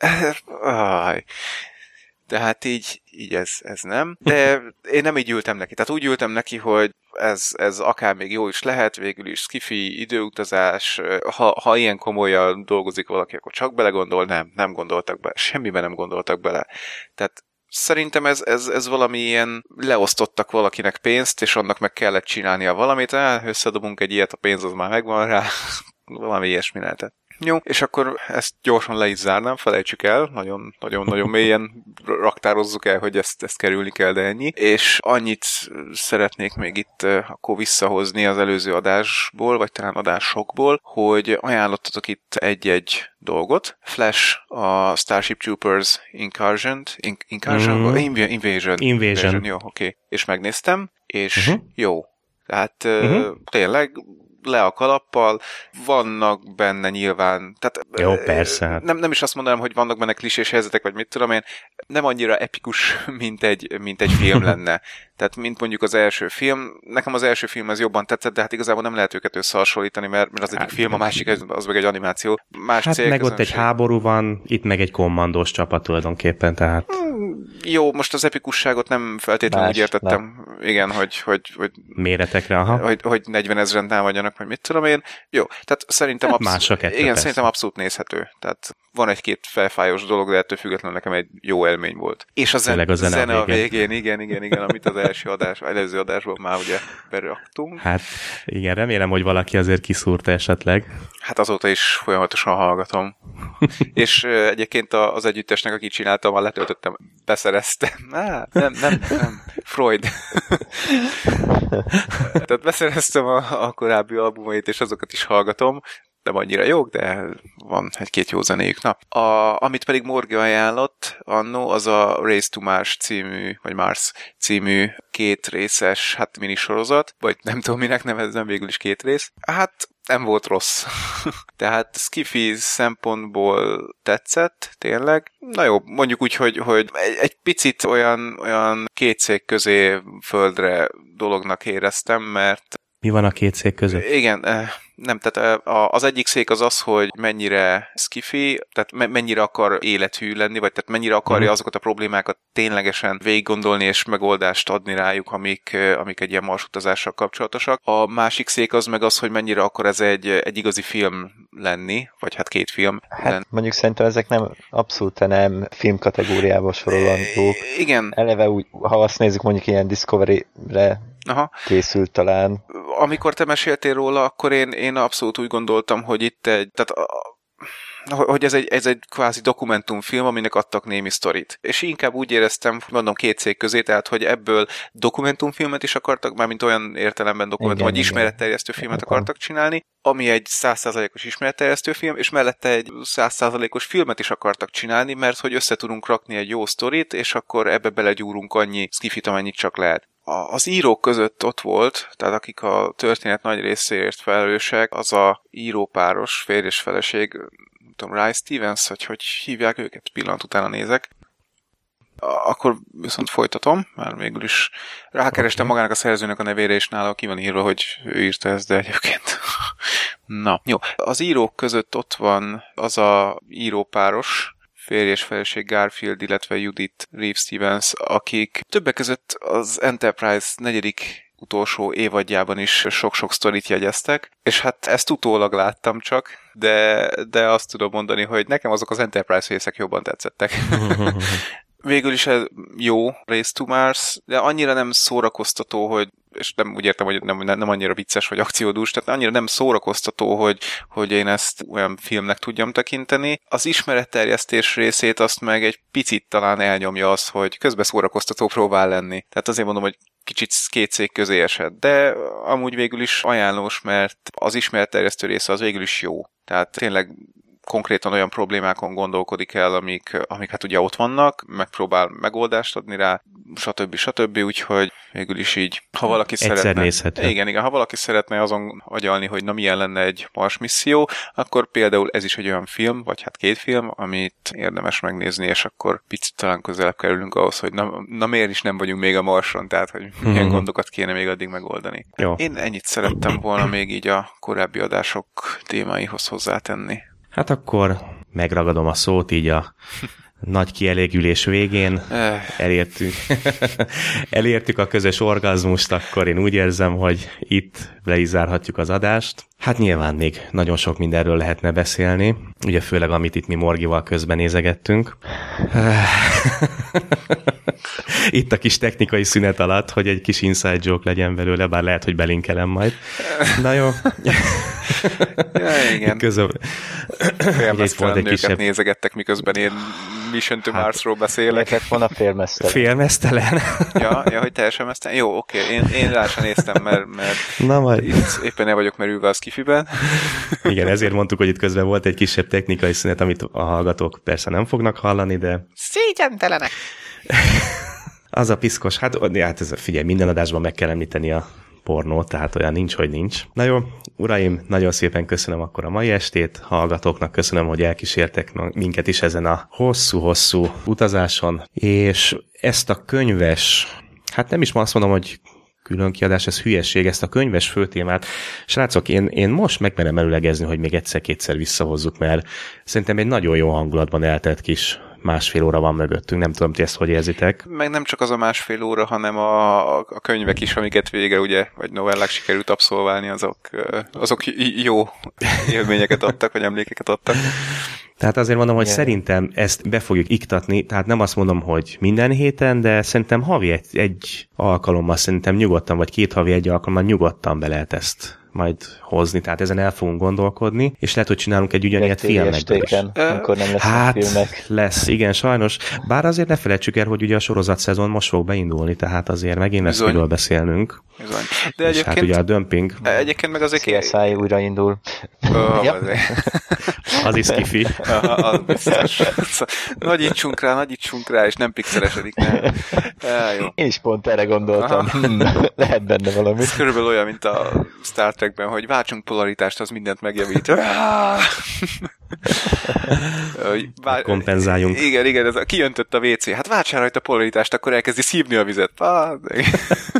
Aj. Tehát így, így ez, ez nem. De én nem így ültem neki. Tehát úgy ültem neki, hogy ez, ez akár még jó is lehet, végül is skifi, időutazás, ha, ha ilyen komolyan dolgozik valaki, akkor csak belegondol, nem, nem gondoltak bele. Semmiben nem gondoltak bele. Tehát szerintem ez, ez, ez valami ilyen leosztottak valakinek pénzt, és annak meg kellett csinálnia valamit, ah, összedobunk egy ilyet, a pénz az már megvan rá, valami ilyesmi lehetett. Jó, és akkor ezt gyorsan le is zárnám, felejtsük el, nagyon-nagyon mélyen raktározzuk el, hogy ezt, ezt kerülni kell, de ennyi. És annyit szeretnék még itt akkor visszahozni az előző adásból, vagy talán adásokból, hogy ajánlottatok itt egy-egy dolgot. Flash, a Starship Troopers Incursion, In- Incursion? Mm-hmm. Inv- Invasion. Invasion. Invasion. Jó, oké. Okay. És megnéztem, és uh-huh. jó. Tehát uh-huh. tényleg le a kalappal, vannak benne nyilván, tehát jó, persze. Nem, nem is azt mondanám, hogy vannak benne klisés helyzetek, vagy mit tudom én, nem annyira epikus, mint egy, mint egy film lenne. Tehát, mint mondjuk az első film, nekem az első film az jobban tetszett, de hát igazából nem lehet őket összehasonlítani, mert, mert az egyik hát, film, a másik az meg egy animáció. Más hát meg ott egy háború van, itt meg egy kommandós csapat tulajdonképpen, tehát... Hmm, jó, most az epikusságot nem feltétlenül más, úgy értettem, nem. Igen, hogy, hogy, hogy méretekre, aha. Hogy, hogy negyven ezren támadjanak, vagy mit tudom én. Jó, tehát szerintem, hát absz- igen, persze. Szerintem abszolút nézhető. Tehát van egy-két felfájós dolog, de ettől függetlenül nekem egy jó élmény volt. És a, zen- a zene, zene a végén. végén, igen, igen, igen, amit az első adás, előző adásban már ugye beraktunk. Hát igen, remélem, hogy valaki azért kiszúrta esetleg. Hát azóta is folyamatosan hallgatom. És uh, egyébként az együttesnek, aki csináltam, már letöltöttem, beszereztem. Á, nem, nem, nem. Freud. Tehát beszereztem a, a korábbi albumait, és azokat is hallgatom. Nem annyira jók, de van egy-két jó zenéjük. Na, a, amit pedig Morgi ajánlott annó, az a Race to Mars című, vagy Mars című két részes, hát minisorozat, vagy nem tudom minek nevezzem, végül is két rész. Hát nem volt rossz. Tehát skifi szempontból tetszett, tényleg. Na jó, mondjuk úgy, hogy, hogy egy, egy picit olyan, olyan két szék közé földre dolognak éreztem, mert mi van a két szék között? Igen, Nem, tehát az egyik szék az az, hogy mennyire skifi, tehát mennyire akar élethű lenni, vagy tehát mennyire akarja uh-huh. azokat a problémákat ténylegesen végiggondolni és megoldást adni rájuk, amik, amik egy ilyen marsutazással kapcsolatosak. A másik szék az meg az, hogy mennyire akar ez egy, egy igazi film lenni, vagy hát két film. Hát lenni. Mondjuk szerintem ezek nem abszolút nem film kategóriába sorolandók. Igen. Eleve úgy, ha azt nézzük, mondjuk ilyen Discovery-re Aha. készült talán. Amikor te meséltél róla, akkor én, én abszolút úgy gondoltam, hogy itt egy, tehát a, hogy ez egy, ez egy kvázi dokumentumfilm, aminek adtak némi sztorit. És inkább úgy éreztem, mondom, két cég közé, tehát, hogy ebből dokumentumfilmet is akartak, mármint olyan értelemben dokumentum, igen, vagy ismeretterjesztő filmet igen. akartak csinálni, ami egy száz százalékos ismeretterjesztő film, és mellette egy száz százalékos filmet is akartak csinálni, mert hogy össze tudunk rakni egy jó sztorit, és akkor ebbe belegyúrunk annyi skifit, amennyit csak lehet. Az írók között ott volt, tehát akik a történet nagy részéért felelősek, az a írópáros, férj és feleség, nem tudom, Ray Stevens, hogy hogy hívják őket, pillanat utána nézek. Akkor viszont folytatom, már végül is rákerestem okay. magának a szerzőnek a nevére, és nála ki van írva, hogy ő írta ezt, de egyébként... Na, jó. Az írók között ott van az a írópáros, férj és feleség Garfield, illetve Judith Reeves Stevens, akik többek között az Enterprise negyedik utolsó évadjában is sok-sok sztorit jegyeztek, és hát ezt utólag láttam csak, de, de azt tudom mondani, hogy nekem azok az Enterprise részek jobban tetszettek. Végül is ez jó, Race to Mars, de annyira nem szórakoztató, hogy és nem úgy értem, hogy nem, nem annyira vicces vagy akciódús, tehát annyira nem szórakoztató, hogy, hogy én ezt olyan filmnek tudjam tekinteni. Az ismeretterjesztés részét azt meg egy picit talán elnyomja az, hogy közben szórakoztató próbál lenni. Tehát azért mondom, hogy kicsit két cég közé esett, de amúgy végül is ajánlós, mert az ismeretterjesztő része az végül is jó. Tehát tényleg konkrétan olyan problémákon gondolkodik el, amik, amik hát ugye ott vannak, megpróbál megoldást adni rá, stb. stb. Úgyhogy végül is így, ha valaki Egyszer szeretne... nézhető. Igen, igen, ha valaki szeretne azon agyalni, hogy na milyen lenne egy Mars misszió, akkor például ez is egy olyan film, vagy hát két film, amit érdemes megnézni, és akkor picit talán közelebb kerülünk ahhoz, hogy na, na miért is nem vagyunk még a Marson, tehát hogy milyen mm-hmm. gondokat kéne még addig megoldani. Jó. Én ennyit szerettem volna még így a korábbi adások témáihoz hozzátenni. Hát akkor megragadom a szót így a nagy kielégülés végén. Elértük, elértük a közös orgazmust, akkor én úgy érzem, hogy itt le is zárhatjuk az adást. Hát nyilván még nagyon sok mindenről lehetne beszélni, ugye főleg amit itt mi Morgival közben nézegettünk. Itt a kis technikai szünet alatt, hogy egy kis inside joke legyen belőle, bár lehet, hogy belinkelem majd. Na jó. Ja, igen. Közöbb... Félmeztelen nőket kisebb... nézegettek, miközben én Mission to hát, Marsról beszélek. Neked van a félmeztelen. Félmeztelen? Ja, ja, hogy teljesen meztelen. Jó, oké, én, én rá sem néztem, mert, mert Na majd. Itt éppen el vagyok merülve a skifiben. Igen, ezért mondtuk, hogy itt közben volt egy kisebb technikai szünet, amit a hallgatók persze nem fognak hallani, de... Szégyentelenek! Az a piszkos, hát, hát ez, figyelj, minden adásban meg kell említeni a pornót, tehát olyan nincs, hogy nincs. Na jó, uraim, nagyon szépen köszönöm akkor a mai estét, hallgatóknak köszönöm, hogy elkísértek minket is ezen a hosszú-hosszú utazáson, és ezt a könyves, hát nem is ma azt mondom, hogy külön kiadás, ez hülyeség, ezt a könyves főtémát. Srácok, én, én most megmerem előlegezni, hogy még egyszer-kétszer visszahozzuk, mert szerintem egy nagyon jó hangulatban eltelt kis másfél óra van mögöttünk, nem tudom, ti ezt hogy érzitek. Meg nem csak az a másfél óra, hanem a, a könyvek is, amiket végre ugye, vagy novellák sikerült abszolválni, azok, azok jó élményeket adtak, vagy emlékeket adtak. Tehát azért mondom, hogy yeah. szerintem ezt be fogjuk iktatni, tehát nem azt mondom, hogy minden héten, de szerintem havi egy, egy alkalommal, szerintem nyugodtan, vagy két havi egy alkalommal nyugodtan be lehet ezt majd hozni, tehát ezen el fogunk gondolkodni, és lehet, hogy csinálunk egy ugyanilyet filmekből is. Akkor nem lesz hát, filmek. lesz, igen, sajnos. Bár azért ne felejtsük el, hogy ugye a sorozatszezon most fog beindulni, tehát azért megint lesz miről beszélnünk. Bizony. De és hát ugye a dömping. Egyébként meg azért... cé es i újraindul. Oh, ja. Az is kifi. Az biztos. Nagyítsunk rá, nagyítsunk rá, és nem pixelesedik. Nem. Ja, jó. Én is pont erre gondoltam. Lehet benne valami. Ez körülbelül olyan, mint a Star Trekben, hogy váltsunk polaritást, az mindent megjavít. Vár... Kompenzáljunk. Igen, igen, ez a, kijöntött a vé cé. Hát váltsál rajta polaritást, akkor elkezdi szívni a vizet. Ah,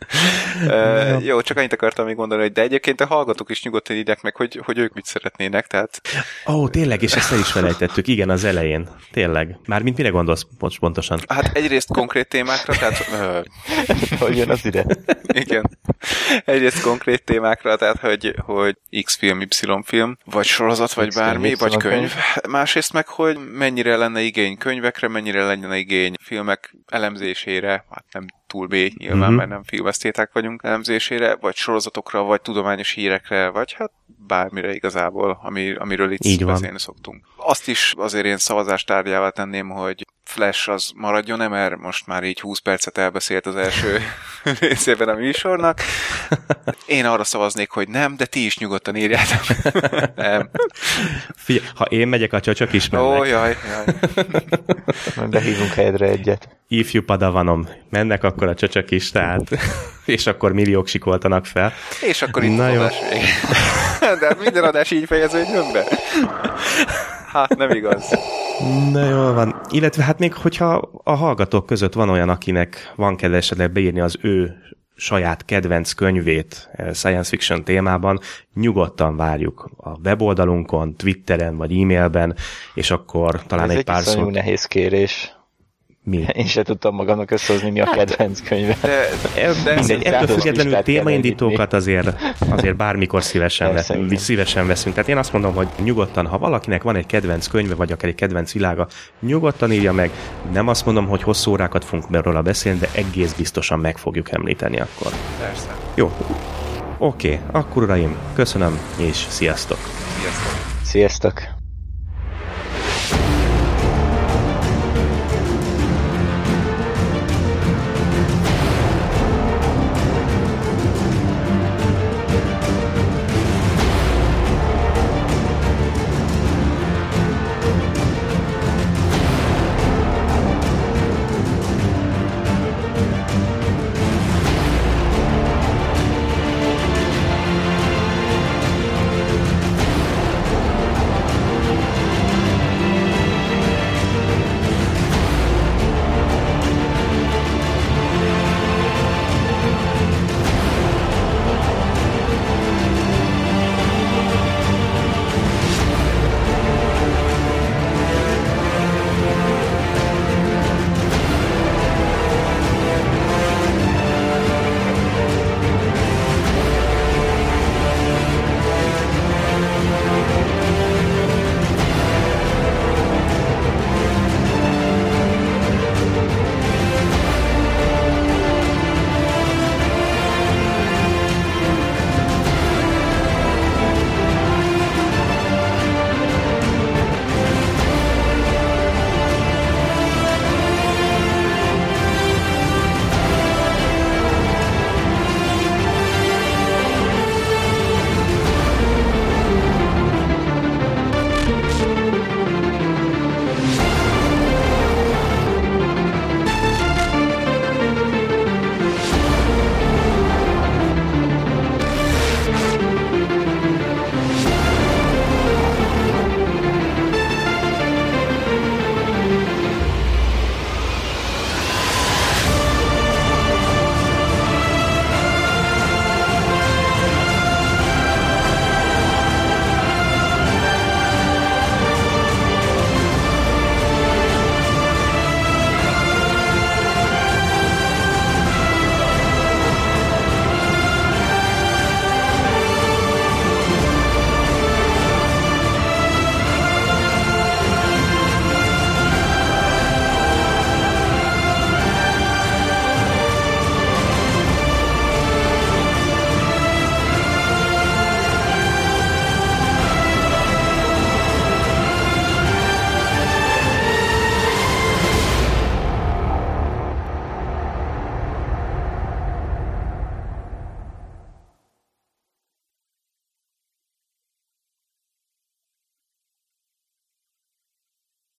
uh, jó, csak annyit akartam még mondani, hogy de egyébként a hallgatók is nyugodtan írják meg, hogy, hogy ők mit szeretnének, tehát... Ó, oh, tényleg, és ezt el is felejtettük, igen, az elején. Tényleg. Mármint mire gondolsz most pontosan? Hát egyrészt konkrét témákra, tehát... hogy jön az ide? Igen. Egyrészt konkrét témákra, tehát hogy, hogy X film, Y film, vagy sorozat, vagy bármi, vagy könyv. Másrészt meg, hogy mennyire lenne igény könyvekre, mennyire lenne igény filmek elemzésére, hát nem túl B, nyilván, mm-hmm. mert nem filmesztéták vagyunk elemzésére, vagy sorozatokra, vagy tudományos hírekre, vagy hát bármire igazából, ami, amiről itt beszélni szoktunk. Azt is azért én szavazás tárgyává tenném, hogy Flash az maradjon-e, mert most már így húsz percet elbeszélt az első részében a műsornak. Én arra szavaznék, hogy nem, de ti is nyugodtan írjátok. Nem. Figyelj, ha én megyek, a csacsok is mennek. Ó, jaj, jaj. Behívunk helyedre egyet. Ifjú padavanom. Mennek akkor a csacsok is, tehát és akkor milliók sikoltanak fel. És akkor itt az adás vége. De hát minden adás így fejeződjön be. Hát nem igaz. Na jól van. Illetve hát még, hogyha a hallgatók között van olyan, akinek van kedve esetleg beírni az ő saját kedvenc könyvét science fiction témában, nyugodtan várjuk a weboldalunkon, Twitteren vagy e-mailben, és akkor talán ez egy pár szó... Ez egy nehéz kérés. Mi? Én sem tudtam magamnak összehozni, mi a kedvenc könyve. De, de mindegy, ettől függetlenül témaindítókat azért, azért bármikor szívesen, Persze, ve, szívesen veszünk. Tehát én azt mondom, hogy nyugodtan, ha valakinek van egy kedvenc könyve, vagy akár egy kedvenc világa, nyugodtan írja meg. Nem azt mondom, hogy hosszú órákat fogunk róla beszélni, de egész biztosan meg fogjuk említeni akkor. Persze. Jó. Oké, okay. Akkor uraim, köszönöm, és sziasztok! Sziasztok! Sziasztok!